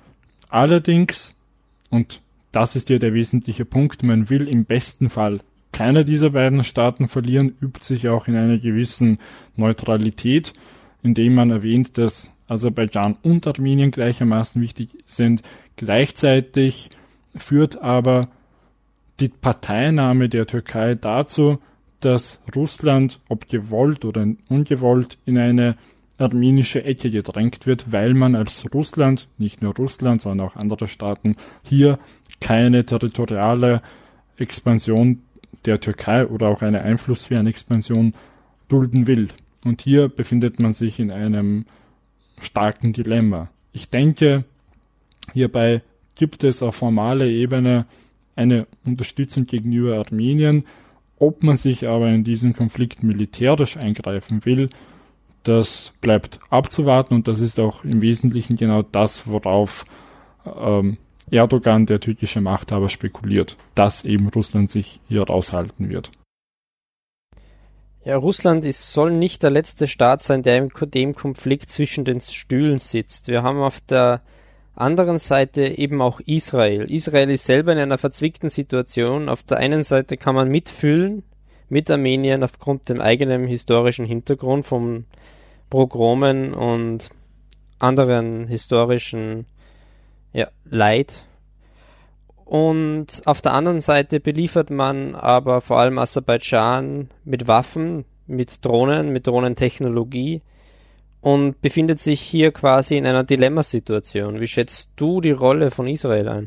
Speaker 2: Allerdings, und das ist ja der wesentliche Punkt, man will im besten Fall keiner dieser beiden Staaten verlieren, übt sich auch in einer gewissen Neutralität, indem man erwähnt, dass Aserbaidschan und Armenien gleichermaßen wichtig sind. Gleichzeitig führt aber die Parteinahme der Türkei dazu, dass Russland, ob gewollt oder ungewollt, in eine armenische Ecke gedrängt wird, weil man als Russland, nicht nur Russland, sondern auch andere Staaten, hier keine territoriale Expansion der Türkei oder auch eine Einflusssphärenexpansion dulden will. Und hier befindet man sich in einem starken Dilemma. Ich denke, hierbei gibt es auf formaler Ebene eine Unterstützung gegenüber Armenien. Ob man sich aber in diesen Konflikt militärisch eingreifen will, Das bleibt abzuwarten und das ist auch im Wesentlichen genau das, worauf ähm, Erdogan, der türkische Machthaber, spekuliert, dass eben Russland sich hier raushalten wird.
Speaker 1: Ja, Russland ist, soll nicht der letzte Staat sein, der in dem Konflikt zwischen den Stühlen sitzt. Wir haben auf der anderen Seite eben auch Israel. Israel ist selber in einer verzwickten Situation. Auf der einen Seite kann man mitfühlen mit Armenien aufgrund dem eigenen historischen Hintergrund von Pogromen und anderen historischen ja, Leid. Und auf der anderen Seite beliefert man aber vor allem Aserbaidschan mit Waffen, mit Drohnen, mit Drohnentechnologie und befindet sich hier quasi in einer Dilemmasituation. Wie schätzt du die Rolle von Israel ein?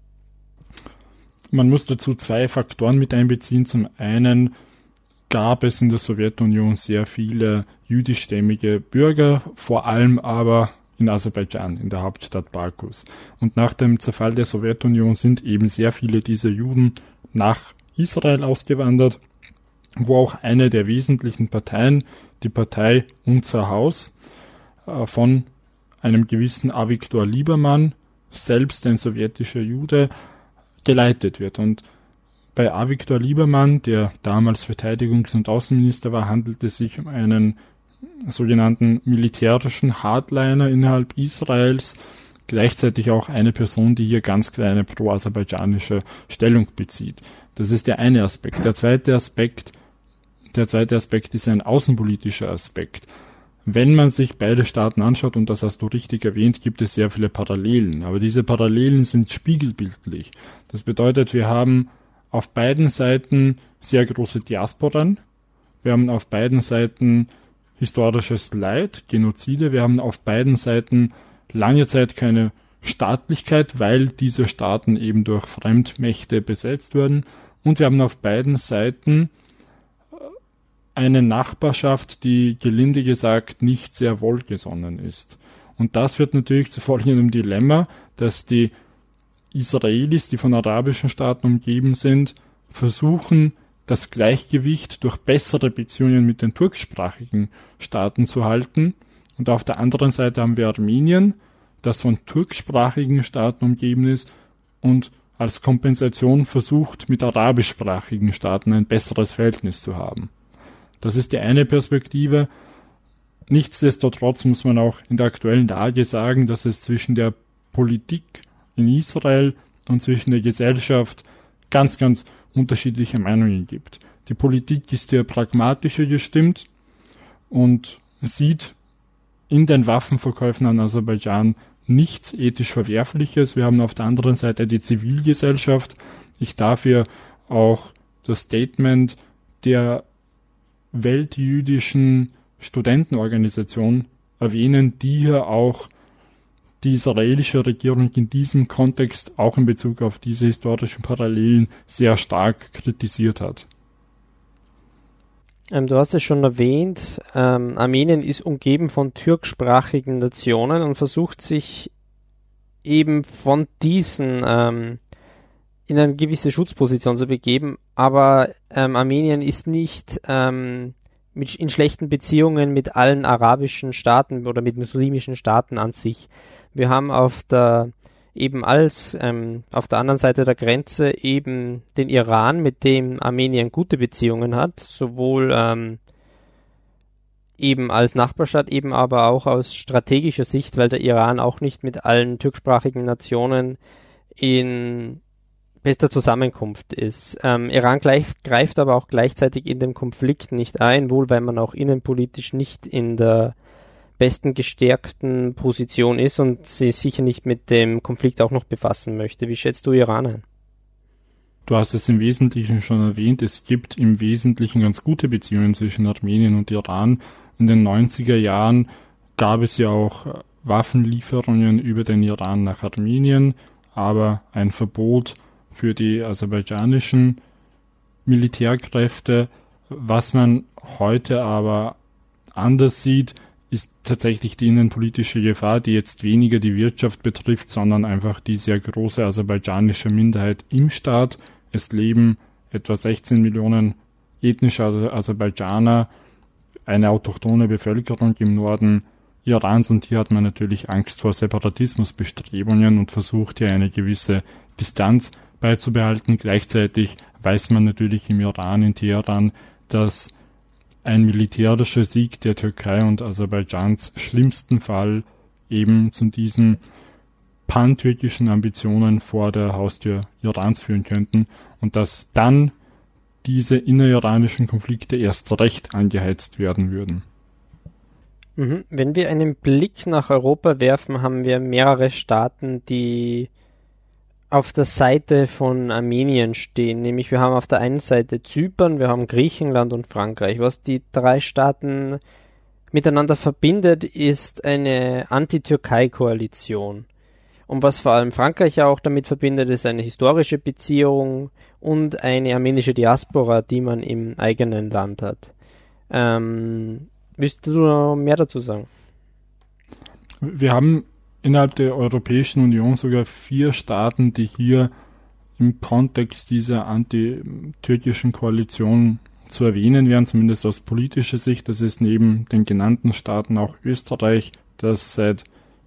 Speaker 2: Man muss dazu zwei Faktoren mit einbeziehen. Zum einen gab es in der Sowjetunion sehr viele jüdischstämmige Bürger, vor allem aber in Aserbaidschan, in der Hauptstadt Bakus. Und nach dem Zerfall der Sowjetunion sind eben sehr viele dieser Juden nach Israel ausgewandert, wo auch eine der wesentlichen Parteien, die Partei Unser Haus, von einem gewissen Avigdor Liebermann, selbst ein sowjetischer Jude, geleitet wird. Und bei Avigdor Liebermann, der damals Verteidigungs- und Außenminister war, handelt es sich um einen sogenannten militärischen Hardliner innerhalb Israels, gleichzeitig auch eine Person, die hier ganz klar eine pro-aserbaidschanische Stellung bezieht. Das ist der eine Aspekt. Der zweite Aspekt, der zweite Aspekt ist ein außenpolitischer Aspekt. Wenn man sich beide Staaten anschaut, und das hast du richtig erwähnt, gibt es sehr viele Parallelen. Aber diese Parallelen sind spiegelbildlich. Das bedeutet, wir haben auf beiden Seiten sehr große Diasporen. Wir haben auf beiden Seiten historisches Leid, Genozide. Wir haben auf beiden Seiten lange Zeit keine Staatlichkeit, weil diese Staaten eben durch Fremdmächte besetzt wurden. Und wir haben auf beiden Seiten eine Nachbarschaft, die gelinde gesagt nicht sehr wohlgesonnen ist. Und das führt natürlich zu folgendem Dilemma, dass die Israelis, die von arabischen Staaten umgeben sind, versuchen, das Gleichgewicht durch bessere Beziehungen mit den turksprachigen Staaten zu halten. Und auf der anderen Seite haben wir Armenien, das von turksprachigen Staaten umgeben ist und als Kompensation versucht, mit arabischsprachigen Staaten ein besseres Verhältnis zu haben. Das ist die eine Perspektive. Nichtsdestotrotz muss man auch in der aktuellen Lage sagen, dass es zwischen der Politik in Israel und zwischen der Gesellschaft ganz, ganz unterschiedliche Meinungen gibt. Die Politik ist hier pragmatischer gestimmt und sieht in den Waffenverkäufen an Aserbaidschan nichts ethisch Verwerfliches. Wir haben auf der anderen Seite die Zivilgesellschaft. Ich darf hier auch das Statement der weltjüdischen Studentenorganisation erwähnen, die hier auch die israelische Regierung in diesem Kontext auch in Bezug auf diese historischen Parallelen sehr stark kritisiert hat.
Speaker 1: Ähm, du hast es schon erwähnt, ähm, Armenien ist umgeben von türksprachigen Nationen und versucht sich eben von diesen ähm, in eine gewisse Schutzposition zu begeben, aber ähm, Armenien ist nicht ähm, mit, in schlechten Beziehungen mit allen arabischen Staaten oder mit muslimischen Staaten an sich. Wir haben auf der eben als ähm, auf der anderen Seite der Grenze eben den Iran, mit dem Armenien gute Beziehungen hat, sowohl ähm, eben als Nachbarstaat, eben aber auch aus strategischer Sicht, weil der Iran auch nicht mit allen türksprachigen Nationen in bester Zusammenkunft ist. Ähm, Iran gleich, greift aber auch gleichzeitig in den Konflikt nicht ein, wohl weil man auch innenpolitisch nicht in der besten gestärkten Position ist und sie sicher nicht mit dem Konflikt auch noch befassen möchte. Wie schätzt du Iran ein?
Speaker 2: Du hast es im Wesentlichen schon erwähnt, es gibt im Wesentlichen ganz gute Beziehungen zwischen Armenien und Iran. In den neunziger Jahren gab es ja auch Waffenlieferungen über den Iran nach Armenien, aber ein Verbot für die aserbaidschanischen Militärkräfte. Was man heute aber anders sieht, ist tatsächlich die innenpolitische Gefahr, die jetzt weniger die Wirtschaft betrifft, sondern einfach die sehr große aserbaidschanische Minderheit im Staat. Es leben etwa sechzehn Millionen ethnische Aserbaidschaner, eine autochthone Bevölkerung im Norden Irans, und hier hat man natürlich Angst vor Separatismusbestrebungen und versucht hier eine gewisse Distanz beizubehalten. Gleichzeitig weiß man natürlich im Iran, in Teheran, dass ein militärischer Sieg der Türkei und Aserbaidschans schlimmsten Fall eben zu diesen pan-türkischen Ambitionen vor der Haustür Irans führen könnten und dass dann diese inneriranischen Konflikte erst recht angeheizt werden würden.
Speaker 1: Wenn wir einen Blick nach Europa werfen, haben wir mehrere Staaten, die auf der Seite von Armenien stehen. Nämlich wir haben auf der einen Seite Zypern, wir haben Griechenland und Frankreich. Was die drei Staaten miteinander verbindet, ist eine Anti-Türkei-Koalition. Und was vor allem Frankreich auch damit verbindet, ist eine historische Beziehung und eine armenische Diaspora, die man im eigenen Land hat. Ähm... Willst du noch mehr dazu sagen?
Speaker 2: Wir haben innerhalb der Europäischen Union sogar vier Staaten, die hier im Kontext dieser anti-türkischen Koalition zu erwähnen wären, zumindest aus politischer Sicht. Das ist neben den genannten Staaten auch Österreich, das seit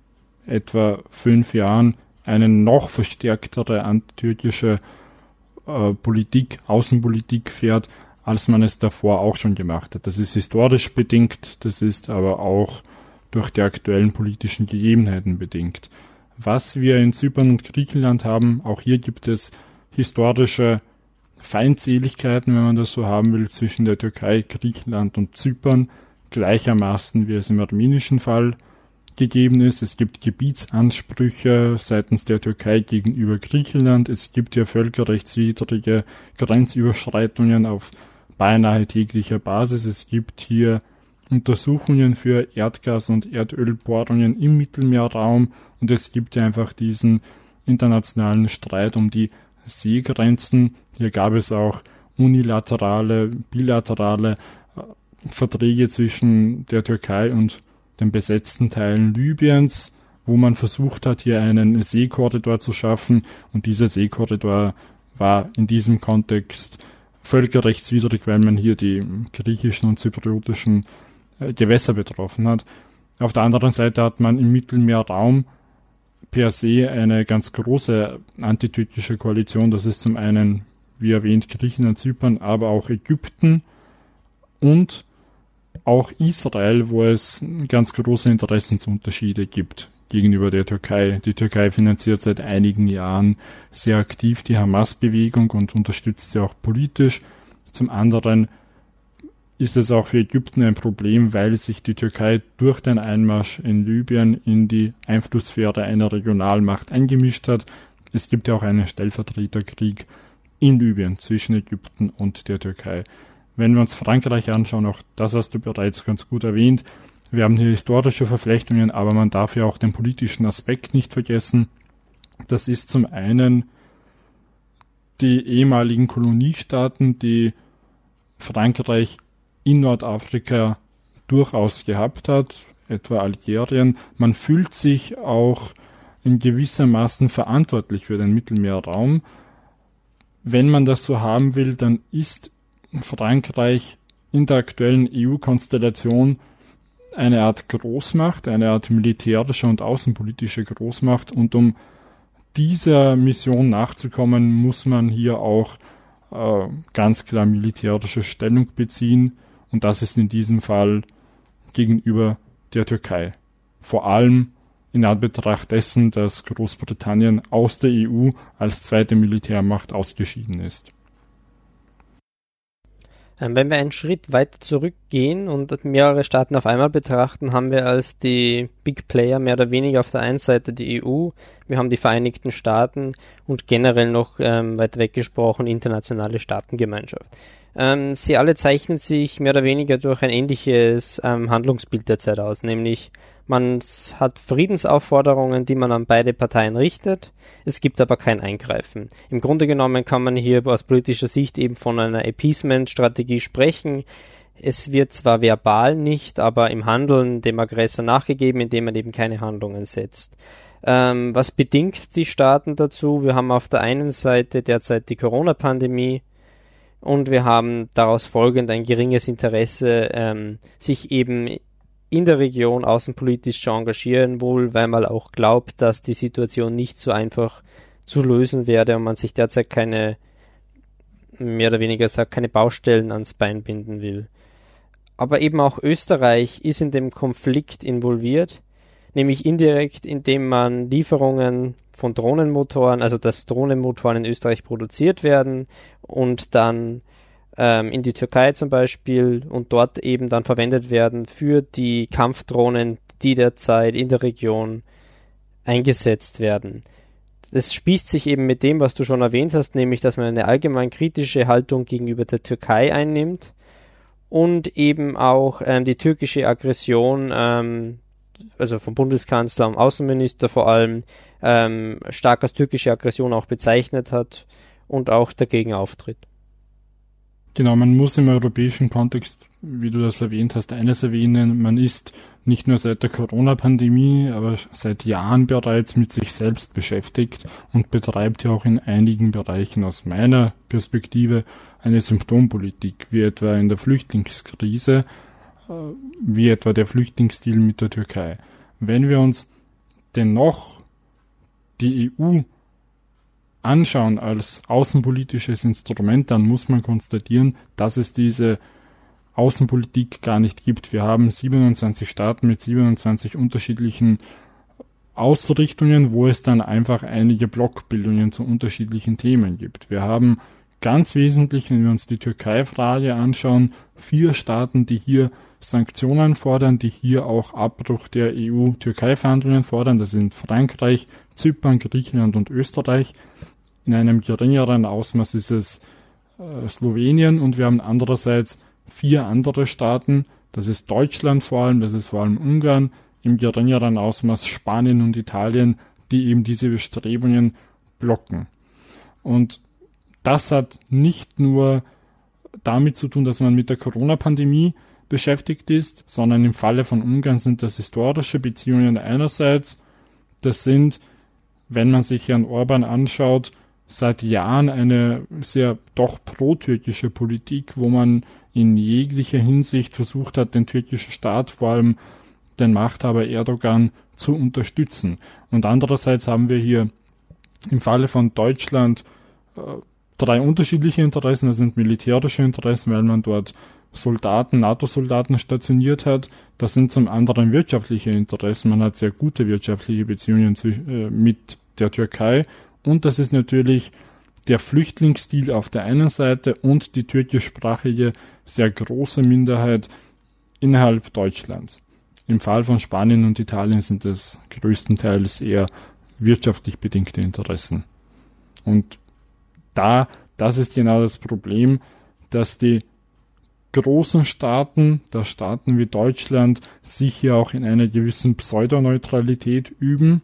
Speaker 2: etwa fünf Jahren eine noch verstärktere antitürkische äh, Politik, Außenpolitik fährt, als man es davor auch schon gemacht hat. Das ist historisch bedingt, das ist aber auch durch die aktuellen politischen Gegebenheiten bedingt. Was wir in Zypern und Griechenland haben, auch hier gibt es historische Feindseligkeiten, wenn man das so haben will, zwischen der Türkei, Griechenland und Zypern, gleichermaßen wie es im armenischen Fall gegeben ist. Es gibt Gebietsansprüche seitens der Türkei gegenüber Griechenland. Es gibt ja völkerrechtswidrige Grenzüberschreitungen auf beinahe täglicher Basis. Es gibt hier Untersuchungen für Erdgas- und Erdölbohrungen im Mittelmeerraum und es gibt ja einfach diesen internationalen Streit um die Seegrenzen. Hier gab es auch unilaterale, bilaterale äh, Verträge zwischen der Türkei und den besetzten Teilen Libyens, wo man versucht hat, hier einen Seekorridor zu schaffen und dieser Seekorridor war in diesem Kontext völkerrechtswidrig, weil man hier die griechischen und zypriotischen äh, Gewässer betroffen hat. Auf der anderen Seite hat man im Mittelmeerraum per se eine ganz große antitürkische Koalition. Das ist zum einen, wie erwähnt, Griechenland, Zypern, aber auch Ägypten und auch Israel, wo es ganz große Interessensunterschiede gibt gegenüber der Türkei. Die Türkei finanziert seit einigen Jahren sehr aktiv die Hamas-Bewegung und unterstützt sie auch politisch. Zum anderen ist es auch für Ägypten ein Problem, weil sich die Türkei durch den Einmarsch in Libyen in die Einflusssphäre einer Regionalmacht eingemischt hat. Es gibt ja auch einen Stellvertreterkrieg in Libyen zwischen Ägypten und der Türkei. Wenn wir uns Frankreich anschauen, auch das hast du bereits ganz gut erwähnt, wir haben hier historische Verflechtungen, aber man darf ja auch den politischen Aspekt nicht vergessen. Das ist zum einen die ehemaligen Koloniestaaten, die Frankreich in Nordafrika durchaus gehabt hat, etwa Algerien. Man fühlt sich auch in gewissermaßen verantwortlich für den Mittelmeerraum. Wenn man das so haben will, dann ist Frankreich in der aktuellen E U-Konstellation eine Art Großmacht, eine Art militärische und außenpolitische Großmacht, und um dieser Mission nachzukommen, muss man hier auch äh, ganz klar militärische Stellung beziehen, und das ist in diesem Fall gegenüber der Türkei. Vor allem in Anbetracht dessen, dass Großbritannien aus der E U als zweite Militärmacht ausgeschieden ist.
Speaker 1: Wenn wir einen Schritt weiter zurückgehen und mehrere Staaten auf einmal betrachten, haben wir als die Big Player mehr oder weniger auf der einen Seite die E U, wir haben die Vereinigten Staaten und generell noch ähm, weit weggesprochen internationale Staatengemeinschaft. Ähm, sie alle zeichnen sich mehr oder weniger durch ein ähnliches ähm, Handlungsbild der Zeit aus, nämlich man hat Friedensaufforderungen, die man an beide Parteien richtet. Es gibt aber kein Eingreifen. Im Grunde genommen kann man hier aus politischer Sicht eben von einer Appeasement-Strategie sprechen. Es wird zwar verbal nicht, aber im Handeln dem Aggressor nachgegeben, indem man eben keine Handlungen setzt. Ähm, was bedingt die Staaten dazu? Wir haben auf der einen Seite derzeit die Corona-Pandemie. und wir haben daraus folgend ein geringes Interesse, ähm, sich eben in der Region außenpolitisch zu engagieren, wohl weil man auch glaubt, dass die Situation nicht so einfach zu lösen werde und man sich derzeit keine, mehr oder weniger sagt, keine Baustellen ans Bein binden will. Aber eben auch Österreich ist in dem Konflikt involviert, nämlich indirekt, indem man Lieferungen von Drohnenmotoren, also dass Drohnenmotoren in Österreich produziert werden und dann ähm, in die Türkei zum Beispiel und dort eben dann verwendet werden für die Kampfdrohnen, die derzeit in der Region eingesetzt werden. Das spießt sich eben mit dem, was du schon erwähnt hast, nämlich, dass man eine allgemein kritische Haltung gegenüber der Türkei einnimmt und eben auch ähm, die türkische Aggression, ähm, also vom Bundeskanzler und Außenminister vor allem, ähm, stark als türkische Aggression auch bezeichnet hat und auch dagegen auftritt.
Speaker 2: Genau, man muss im europäischen Kontext, wie du das erwähnt hast, eines erwähnen, man ist nicht nur seit der Corona-Pandemie, aber seit Jahren bereits mit sich selbst beschäftigt und betreibt ja auch in einigen Bereichen aus meiner Perspektive eine Symptompolitik, wie etwa in der Flüchtlingskrise, wie etwa der Flüchtlingsdeal mit der Türkei. Wenn wir uns dennoch die E U anschauen als außenpolitisches Instrument, dann muss man konstatieren, dass es diese Außenpolitik gar nicht gibt. Wir haben siebenundzwanzig Staaten mit siebenundzwanzig unterschiedlichen Ausrichtungen, wo es dann einfach einige Blockbildungen zu unterschiedlichen Themen gibt. Wir haben ganz wesentlich, wenn wir uns die Türkei-Frage anschauen, vier Staaten, die hier Sanktionen fordern, die hier auch Abbruch der E U-Türkei-Verhandlungen fordern. Das sind Frankreich, Zypern, Griechenland und Österreich. In einem geringeren Ausmaß ist es äh, Slowenien und wir haben andererseits vier andere Staaten, das ist Deutschland vor allem, das ist vor allem Ungarn, im geringeren Ausmaß Spanien und Italien, die eben diese Bestrebungen blocken. Und das hat nicht nur damit zu tun, dass man mit der Corona-Pandemie beschäftigt ist, sondern im Falle von Ungarn sind das historische Beziehungen einerseits, das sind, wenn man sich Herrn Orban anschaut, seit Jahren eine sehr doch pro-türkische Politik, wo man in jeglicher Hinsicht versucht hat, den türkischen Staat, vor allem den Machthaber Erdogan, zu unterstützen. Und andererseits haben wir hier im Falle von Deutschland äh, drei unterschiedliche Interessen. Das sind militärische Interessen, weil man dort Soldaten, NATO-Soldaten stationiert hat. Das sind zum anderen wirtschaftliche Interessen. Man hat sehr gute wirtschaftliche Beziehungen zu, äh, mit der Türkei. Und das ist natürlich der Flüchtlingsdeal auf der einen Seite und die türkischsprachige sehr große Minderheit innerhalb Deutschlands. Im Fall von Spanien und Italien sind es größtenteils eher wirtschaftlich bedingte Interessen. Und da, das ist genau das Problem, dass die großen Staaten, da Staaten wie Deutschland, sich hier auch in einer gewissen Pseudoneutralität üben.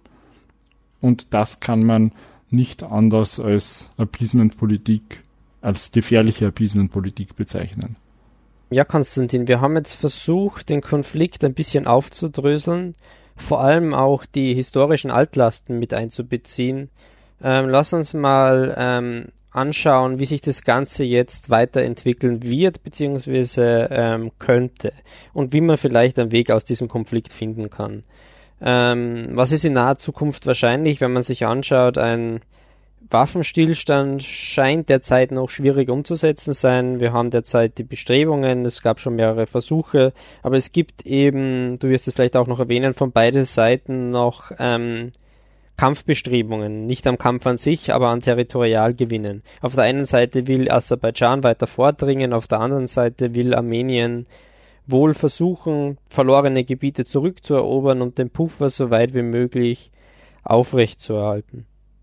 Speaker 2: Und das kann man nicht anders als Appeasement-Politik, als gefährliche Appeasement-Politik bezeichnen.
Speaker 1: Ja, Konstantin, wir haben jetzt versucht, den Konflikt ein bisschen aufzudröseln, vor allem auch die historischen Altlasten mit einzubeziehen. Ähm, lass uns mal ähm, anschauen, wie sich das Ganze jetzt weiterentwickeln wird, beziehungsweise ähm, könnte und wie man vielleicht einen Weg aus diesem Konflikt finden kann. Ähm, was ist in naher Zukunft wahrscheinlich, wenn man sich anschaut, ein Waffenstillstand scheint derzeit noch schwierig umzusetzen sein. Wir haben derzeit die Bestrebungen, es gab schon mehrere Versuche, aber es gibt eben, du wirst es vielleicht auch noch erwähnen, von beiden Seiten noch ähm, Kampfbestrebungen, nicht am Kampf an sich, aber an Territorialgewinnen. Auf der einen Seite will Aserbaidschan weiter vordringen, auf der anderen Seite will Armenien wohl versuchen, verlorene Gebiete zurückzuerobern und den Puffer so weit wie möglich aufrechtzuerhalten.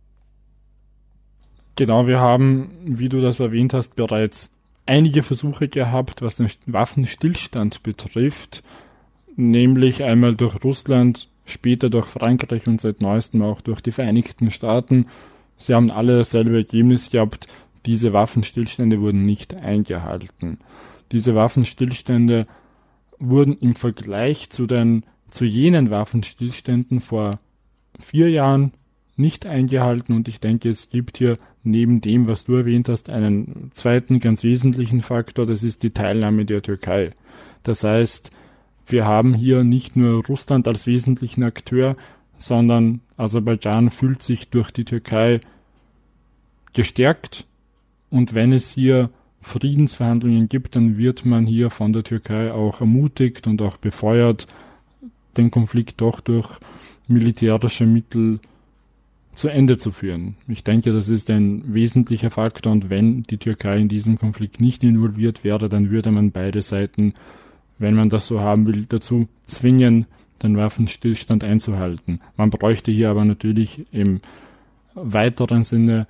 Speaker 2: Genau, wir haben, wie du das erwähnt hast, bereits einige Versuche gehabt, was den Waffenstillstand betrifft, nämlich einmal durch Russland, später durch Frankreich und seit neuestem auch durch die Vereinigten Staaten. Sie haben alle dasselbe Ergebnis gehabt, diese Waffenstillstände wurden nicht eingehalten. Diese Waffenstillstände wurden im Vergleich zu den zu jenen Waffenstillständen vor vier Jahren nicht eingehalten und ich denke, es gibt hier neben dem, was du erwähnt hast, einen zweiten ganz wesentlichen Faktor, das ist die Teilnahme der Türkei. Das heißt, wir haben hier nicht nur Russland als wesentlichen Akteur, sondern Aserbaidschan fühlt sich durch die Türkei gestärkt und wenn es hier Friedensverhandlungen gibt, dann wird man hier von der Türkei auch ermutigt und auch befeuert, den Konflikt doch durch militärische Mittel zu Ende zu führen. Ich denke, das ist ein wesentlicher Faktor und wenn die Türkei in diesem Konflikt nicht involviert wäre, dann würde man beide Seiten, wenn man das so haben will, dazu zwingen, den Waffenstillstand einzuhalten. Man bräuchte hier aber natürlich im weiteren Sinne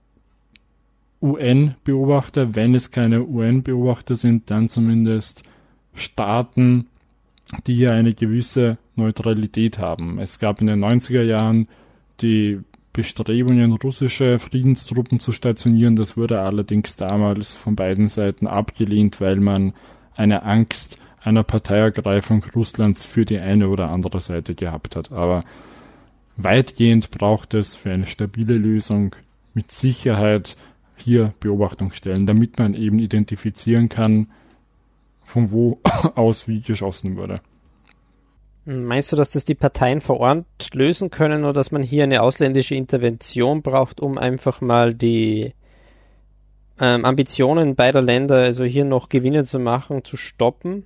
Speaker 2: U N-Beobachter, wenn es keine U N-Beobachter sind, dann zumindest Staaten, die hier eine gewisse Neutralität haben. Es gab in den neunziger Jahren die Bestrebungen, russische Friedenstruppen zu stationieren. Das wurde allerdings damals von beiden Seiten abgelehnt, weil man eine Angst einer Parteiergreifung Russlands für die eine oder andere Seite gehabt hat. Aber weitgehend braucht es für eine stabile Lösung mit Sicherheit hier Beobachtungsstellen, damit man eben identifizieren kann, von wo aus wie geschossen wurde.
Speaker 1: Meinst du, dass das die Parteien vor Ort lösen können oder dass man hier eine ausländische Intervention braucht, um einfach mal die ähm, Ambitionen beider Länder, also hier noch Gewinne zu machen, zu stoppen?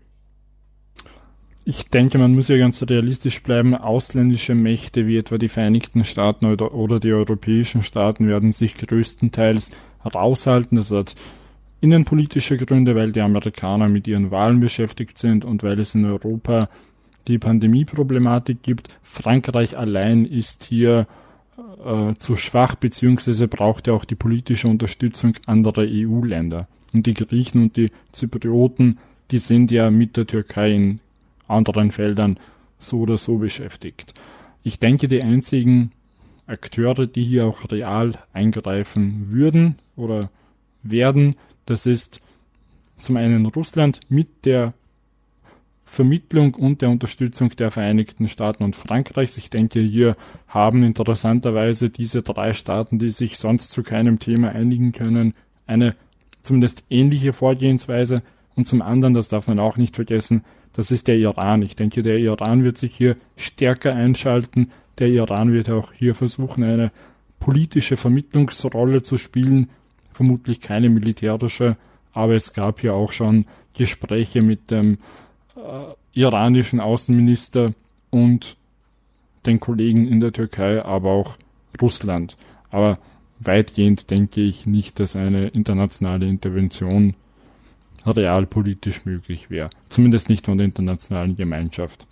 Speaker 2: Ich denke, man muss ja ganz realistisch bleiben. Ausländische Mächte wie etwa die Vereinigten Staaten oder, oder die europäischen Staaten werden sich größtenteils raushalten. Das hat innenpolitische Gründe, weil die Amerikaner mit ihren Wahlen beschäftigt sind und weil es in Europa die Pandemieproblematik gibt. Frankreich allein ist hier äh, zu schwach, beziehungsweise braucht ja auch die politische Unterstützung anderer E U-Länder. Und die Griechen und die Zyprioten, die sind ja mit der Türkei in anderen Feldern so oder so beschäftigt. Ich denke, die einzigen Akteure, die hier auch real eingreifen würden oder werden, das ist zum einen Russland mit der Vermittlung und der Unterstützung der Vereinigten Staaten und Frankreichs. Ich denke, hier haben interessanterweise diese drei Staaten, die sich sonst zu keinem Thema einigen können, eine zumindest ähnliche Vorgehensweise. Und zum anderen, das darf man auch nicht vergessen, das ist der Iran. Ich denke, der Iran wird sich hier stärker einschalten. Der Iran wird auch hier versuchen, eine politische Vermittlungsrolle zu spielen. Vermutlich keine militärische, aber es gab ja auch schon Gespräche mit dem äh, iranischen Außenminister und den Kollegen in der Türkei, aber auch Russland. Aber weitgehend denke ich nicht, dass eine internationale Intervention realpolitisch möglich wäre. Zumindest nicht von der internationalen Gemeinschaft.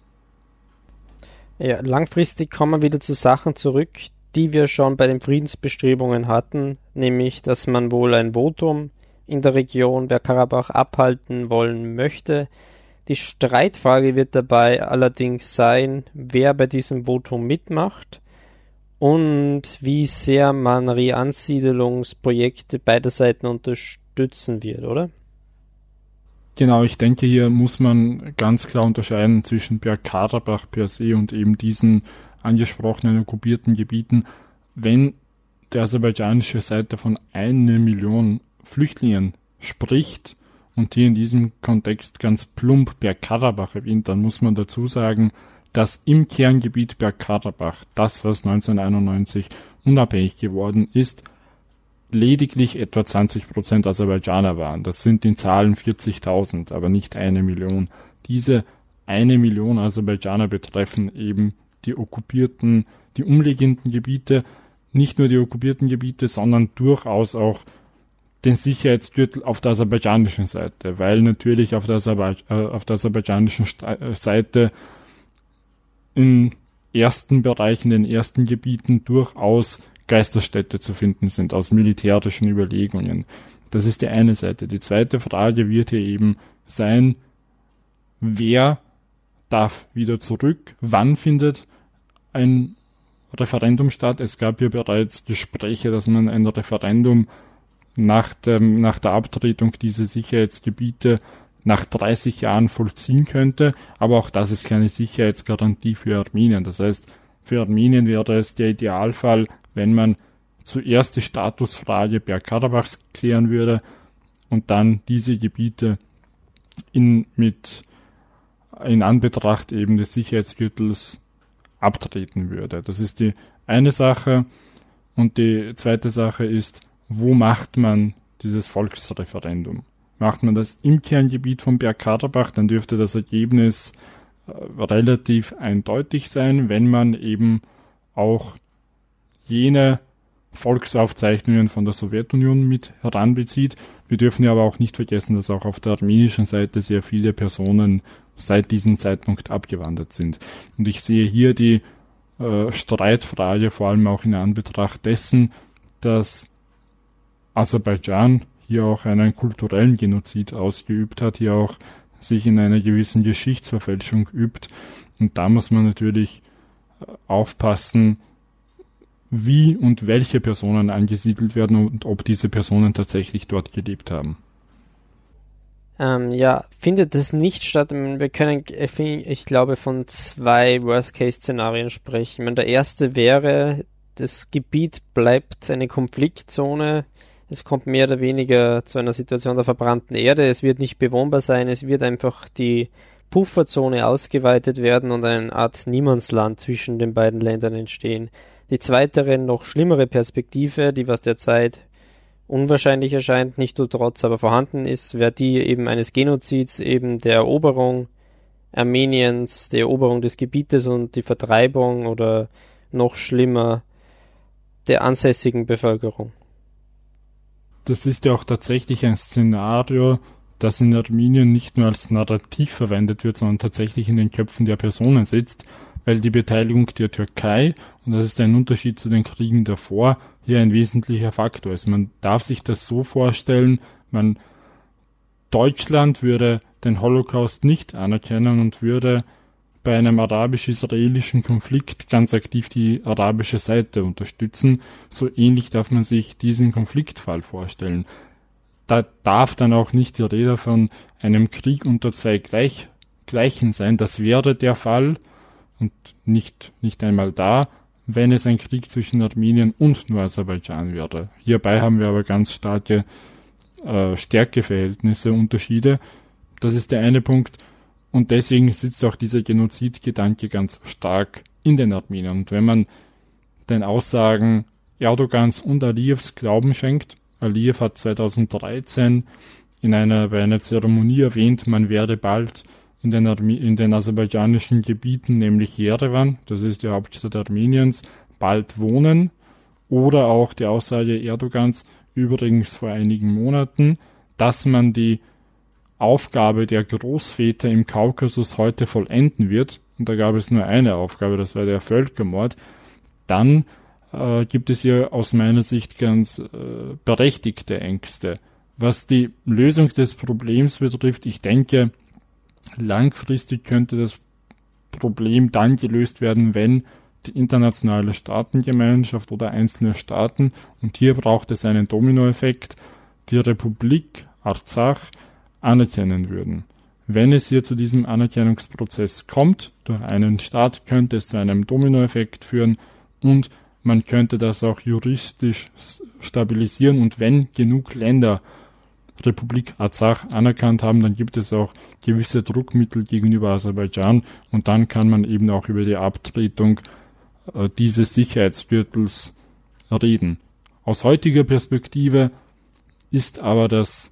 Speaker 1: Ja, langfristig kommen wir wieder zu Sachen zurück, die wir schon bei den Friedensbestrebungen hatten, nämlich, dass man wohl ein Votum in der Region Bergkarabach abhalten wollen möchte. Die Streitfrage wird dabei allerdings sein, wer bei diesem Votum mitmacht und wie sehr man Reansiedelungsprojekte beider Seiten unterstützen wird, oder?
Speaker 2: Genau, ich denke, hier muss man ganz klar unterscheiden zwischen Bergkarabach per se und eben diesen angesprochenen okkupierten Gebieten. Wenn die aserbaidschanische Seite von einer Million Flüchtlingen spricht und hier in diesem Kontext ganz plump Bergkarabach erwähnt, dann muss man dazu sagen, dass im Kerngebiet Bergkarabach, das was neunzehnhunderteinundneunzig unabhängig geworden ist, lediglich etwa zwanzig Prozent Aserbaidschaner waren. Das sind in Zahlen vierzigtausend, aber nicht eine Million. Diese eine Million Aserbaidschaner betreffen eben die okkupierten, die umliegenden Gebiete, nicht nur die okkupierten Gebiete, sondern durchaus auch den Sicherheitsgürtel auf der aserbaidschanischen Seite, weil natürlich auf der, Aserbaid- äh, auf der aserbaidschanischen Sta- Seite in ersten Bereichen, in den ersten Gebieten durchaus Geisterstädte zu finden sind aus militärischen Überlegungen. Das ist die eine Seite. Die zweite Frage wird hier eben sein, wer darf wieder zurück? Wann findet ein Referendum statt? Es gab hier bereits Gespräche, dass man ein Referendum nach, dem, nach der Abtretung dieser Sicherheitsgebiete nach dreißig Jahren vollziehen könnte, aber auch das ist keine Sicherheitsgarantie für Armenien. Das heißt, Für Armenien wäre es der Idealfall, wenn man zuerst die Statusfrage Bergkarabachs klären würde und dann diese Gebiete in, mit, in Anbetracht eben des Sicherheitsgürtels abtreten würde. Das ist die eine Sache. Und die zweite Sache ist, wo macht man dieses Volksreferendum? Macht man das im Kerngebiet von Bergkarabach, dann dürfte das Ergebnis äh, relativ eindeutig sein, wenn man eben auch jene Volksaufzeichnungen von der Sowjetunion mit heranbezieht. Wir dürfen ja aber auch nicht vergessen, dass auch auf der armenischen Seite sehr viele Personen seit diesem Zeitpunkt abgewandert sind. Und ich sehe hier die äh, Streitfrage vor allem auch in Anbetracht dessen, dass Aserbaidschan hier auch einen kulturellen Genozid ausgeübt hat, hier auch sich in einer gewissen Geschichtsverfälschung übt. Und da muss man natürlich aufpassen, wie und welche Personen angesiedelt werden und ob diese Personen tatsächlich dort gelebt haben.
Speaker 1: Ähm, ja, findet das nicht statt. Wir können, ich glaube, von zwei Worst-Case-Szenarien sprechen. Meine, der erste wäre, das Gebiet bleibt eine Konfliktzone. Es kommt mehr oder weniger zu einer Situation der verbrannten Erde. Es wird nicht bewohnbar sein. Es wird einfach die Pufferzone ausgeweitet werden und eine Art Niemandsland zwischen den beiden Ländern entstehen. Die zweite, noch schlimmere Perspektive, die was derzeit unwahrscheinlich erscheint, nicht nur trotz, aber vorhanden ist, wäre die eben eines Genozids, eben der Eroberung Armeniens, die Eroberung des Gebietes und die Vertreibung oder noch schlimmer der ansässigen Bevölkerung.
Speaker 2: Das ist ja auch tatsächlich ein Szenario, das in Armenien nicht nur als Narrativ verwendet wird, sondern tatsächlich in den Köpfen der Personen sitzt, weil die Beteiligung der Türkei, und das ist ein Unterschied zu den Kriegen davor, hier ein wesentlicher Faktor ist. Man darf sich das so vorstellen, man Deutschland würde den Holocaust nicht anerkennen und würde bei einem arabisch-israelischen Konflikt ganz aktiv die arabische Seite unterstützen. So ähnlich darf man sich diesen Konfliktfall vorstellen. Da darf dann auch nicht die Rede von einem Krieg unter zwei Gleich- Gleichen sein. Das wäre der Fall und nicht, nicht einmal da, wenn es ein Krieg zwischen Armenien und nur Aserbaidschan wäre. Hierbei haben wir aber ganz starke äh, Stärkeverhältnisse, Unterschiede. Das ist der eine Punkt. Und deswegen sitzt auch dieser Genozidgedanke ganz stark in den Armeniern. Und wenn man den Aussagen Erdogans und Aliyevs Glauben schenkt, Aliyev hat zweitausenddreizehn in einer, bei einer Zeremonie erwähnt, man werde bald in den, Arme- in den aserbaidschanischen Gebieten, nämlich Jerewan, das ist die Hauptstadt Armeniens, bald wohnen. Oder auch die Aussage Erdogans, übrigens vor einigen Monaten, dass man die Aufgabe der Großväter im Kaukasus heute vollenden wird, und da gab es nur eine Aufgabe, das war der Völkermord, dann äh, gibt es hier aus meiner Sicht ganz äh, berechtigte Ängste. Was die Lösung des Problems betrifft, ich denke, langfristig könnte das Problem dann gelöst werden, wenn die internationale Staatengemeinschaft oder einzelne Staaten, und hier braucht es einen Dominoeffekt, die Republik Arzach anerkennen würden. Wenn es hier zu diesem Anerkennungsprozess kommt, durch einen Staat, könnte es zu einem Dominoeffekt führen und man könnte das auch juristisch stabilisieren, und wenn genug Länder Republik Arzach anerkannt haben, dann gibt es auch gewisse Druckmittel gegenüber Aserbaidschan und dann kann man eben auch über die Abtretung äh, dieses Sicherheitsgürtels reden. Aus heutiger Perspektive ist aber das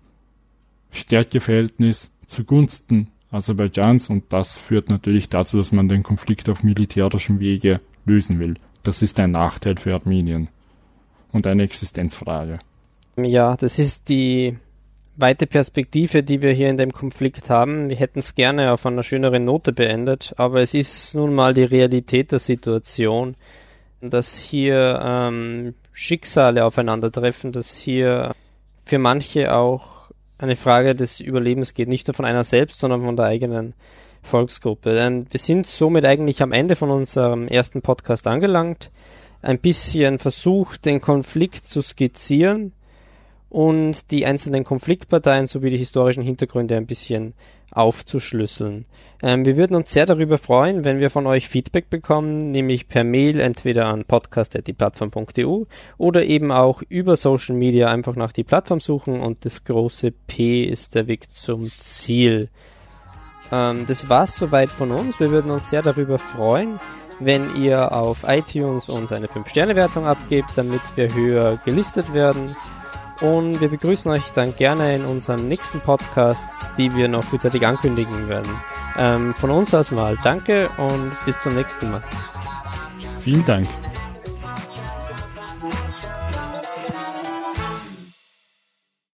Speaker 2: Stärkeverhältnis zugunsten Aserbaidschans und das führt natürlich dazu, dass man den Konflikt auf militärischem Wege lösen will. Das ist ein Nachteil für Armenien und eine Existenzfrage.
Speaker 1: Ja, das ist die weite Perspektive, die wir hier in dem Konflikt haben. Wir hätten es gerne auf einer schöneren Note beendet, aber es ist nun mal die Realität der Situation, dass hier ähm, Schicksale aufeinandertreffen, dass hier für manche auch eine Frage des Überlebens geht, nicht nur von einer selbst, sondern von der eigenen Volksgruppe. Denn wir sind somit eigentlich am Ende von unserem ersten Podcast angelangt, ein bisschen versucht, den Konflikt zu skizzieren und die einzelnen Konfliktparteien sowie die historischen Hintergründe ein bisschen aufzuschlüsseln. Ähm, wir würden uns sehr darüber freuen, wenn wir von euch Feedback bekommen, nämlich per Mail entweder an podcast at die plattform punkt e u oder eben auch über Social Media einfach nach die Plattform suchen und das große P ist der Weg zum Ziel. Ähm, das war's soweit von uns. Wir würden uns sehr darüber freuen, wenn ihr auf iTunes uns eine fünf Sterne Wertung abgebt, damit wir höher gelistet werden. Und wir begrüßen euch dann gerne in unseren nächsten Podcasts, die wir noch frühzeitig ankündigen werden. Ähm, von uns aus mal danke und bis zum nächsten Mal.
Speaker 2: Vielen Dank.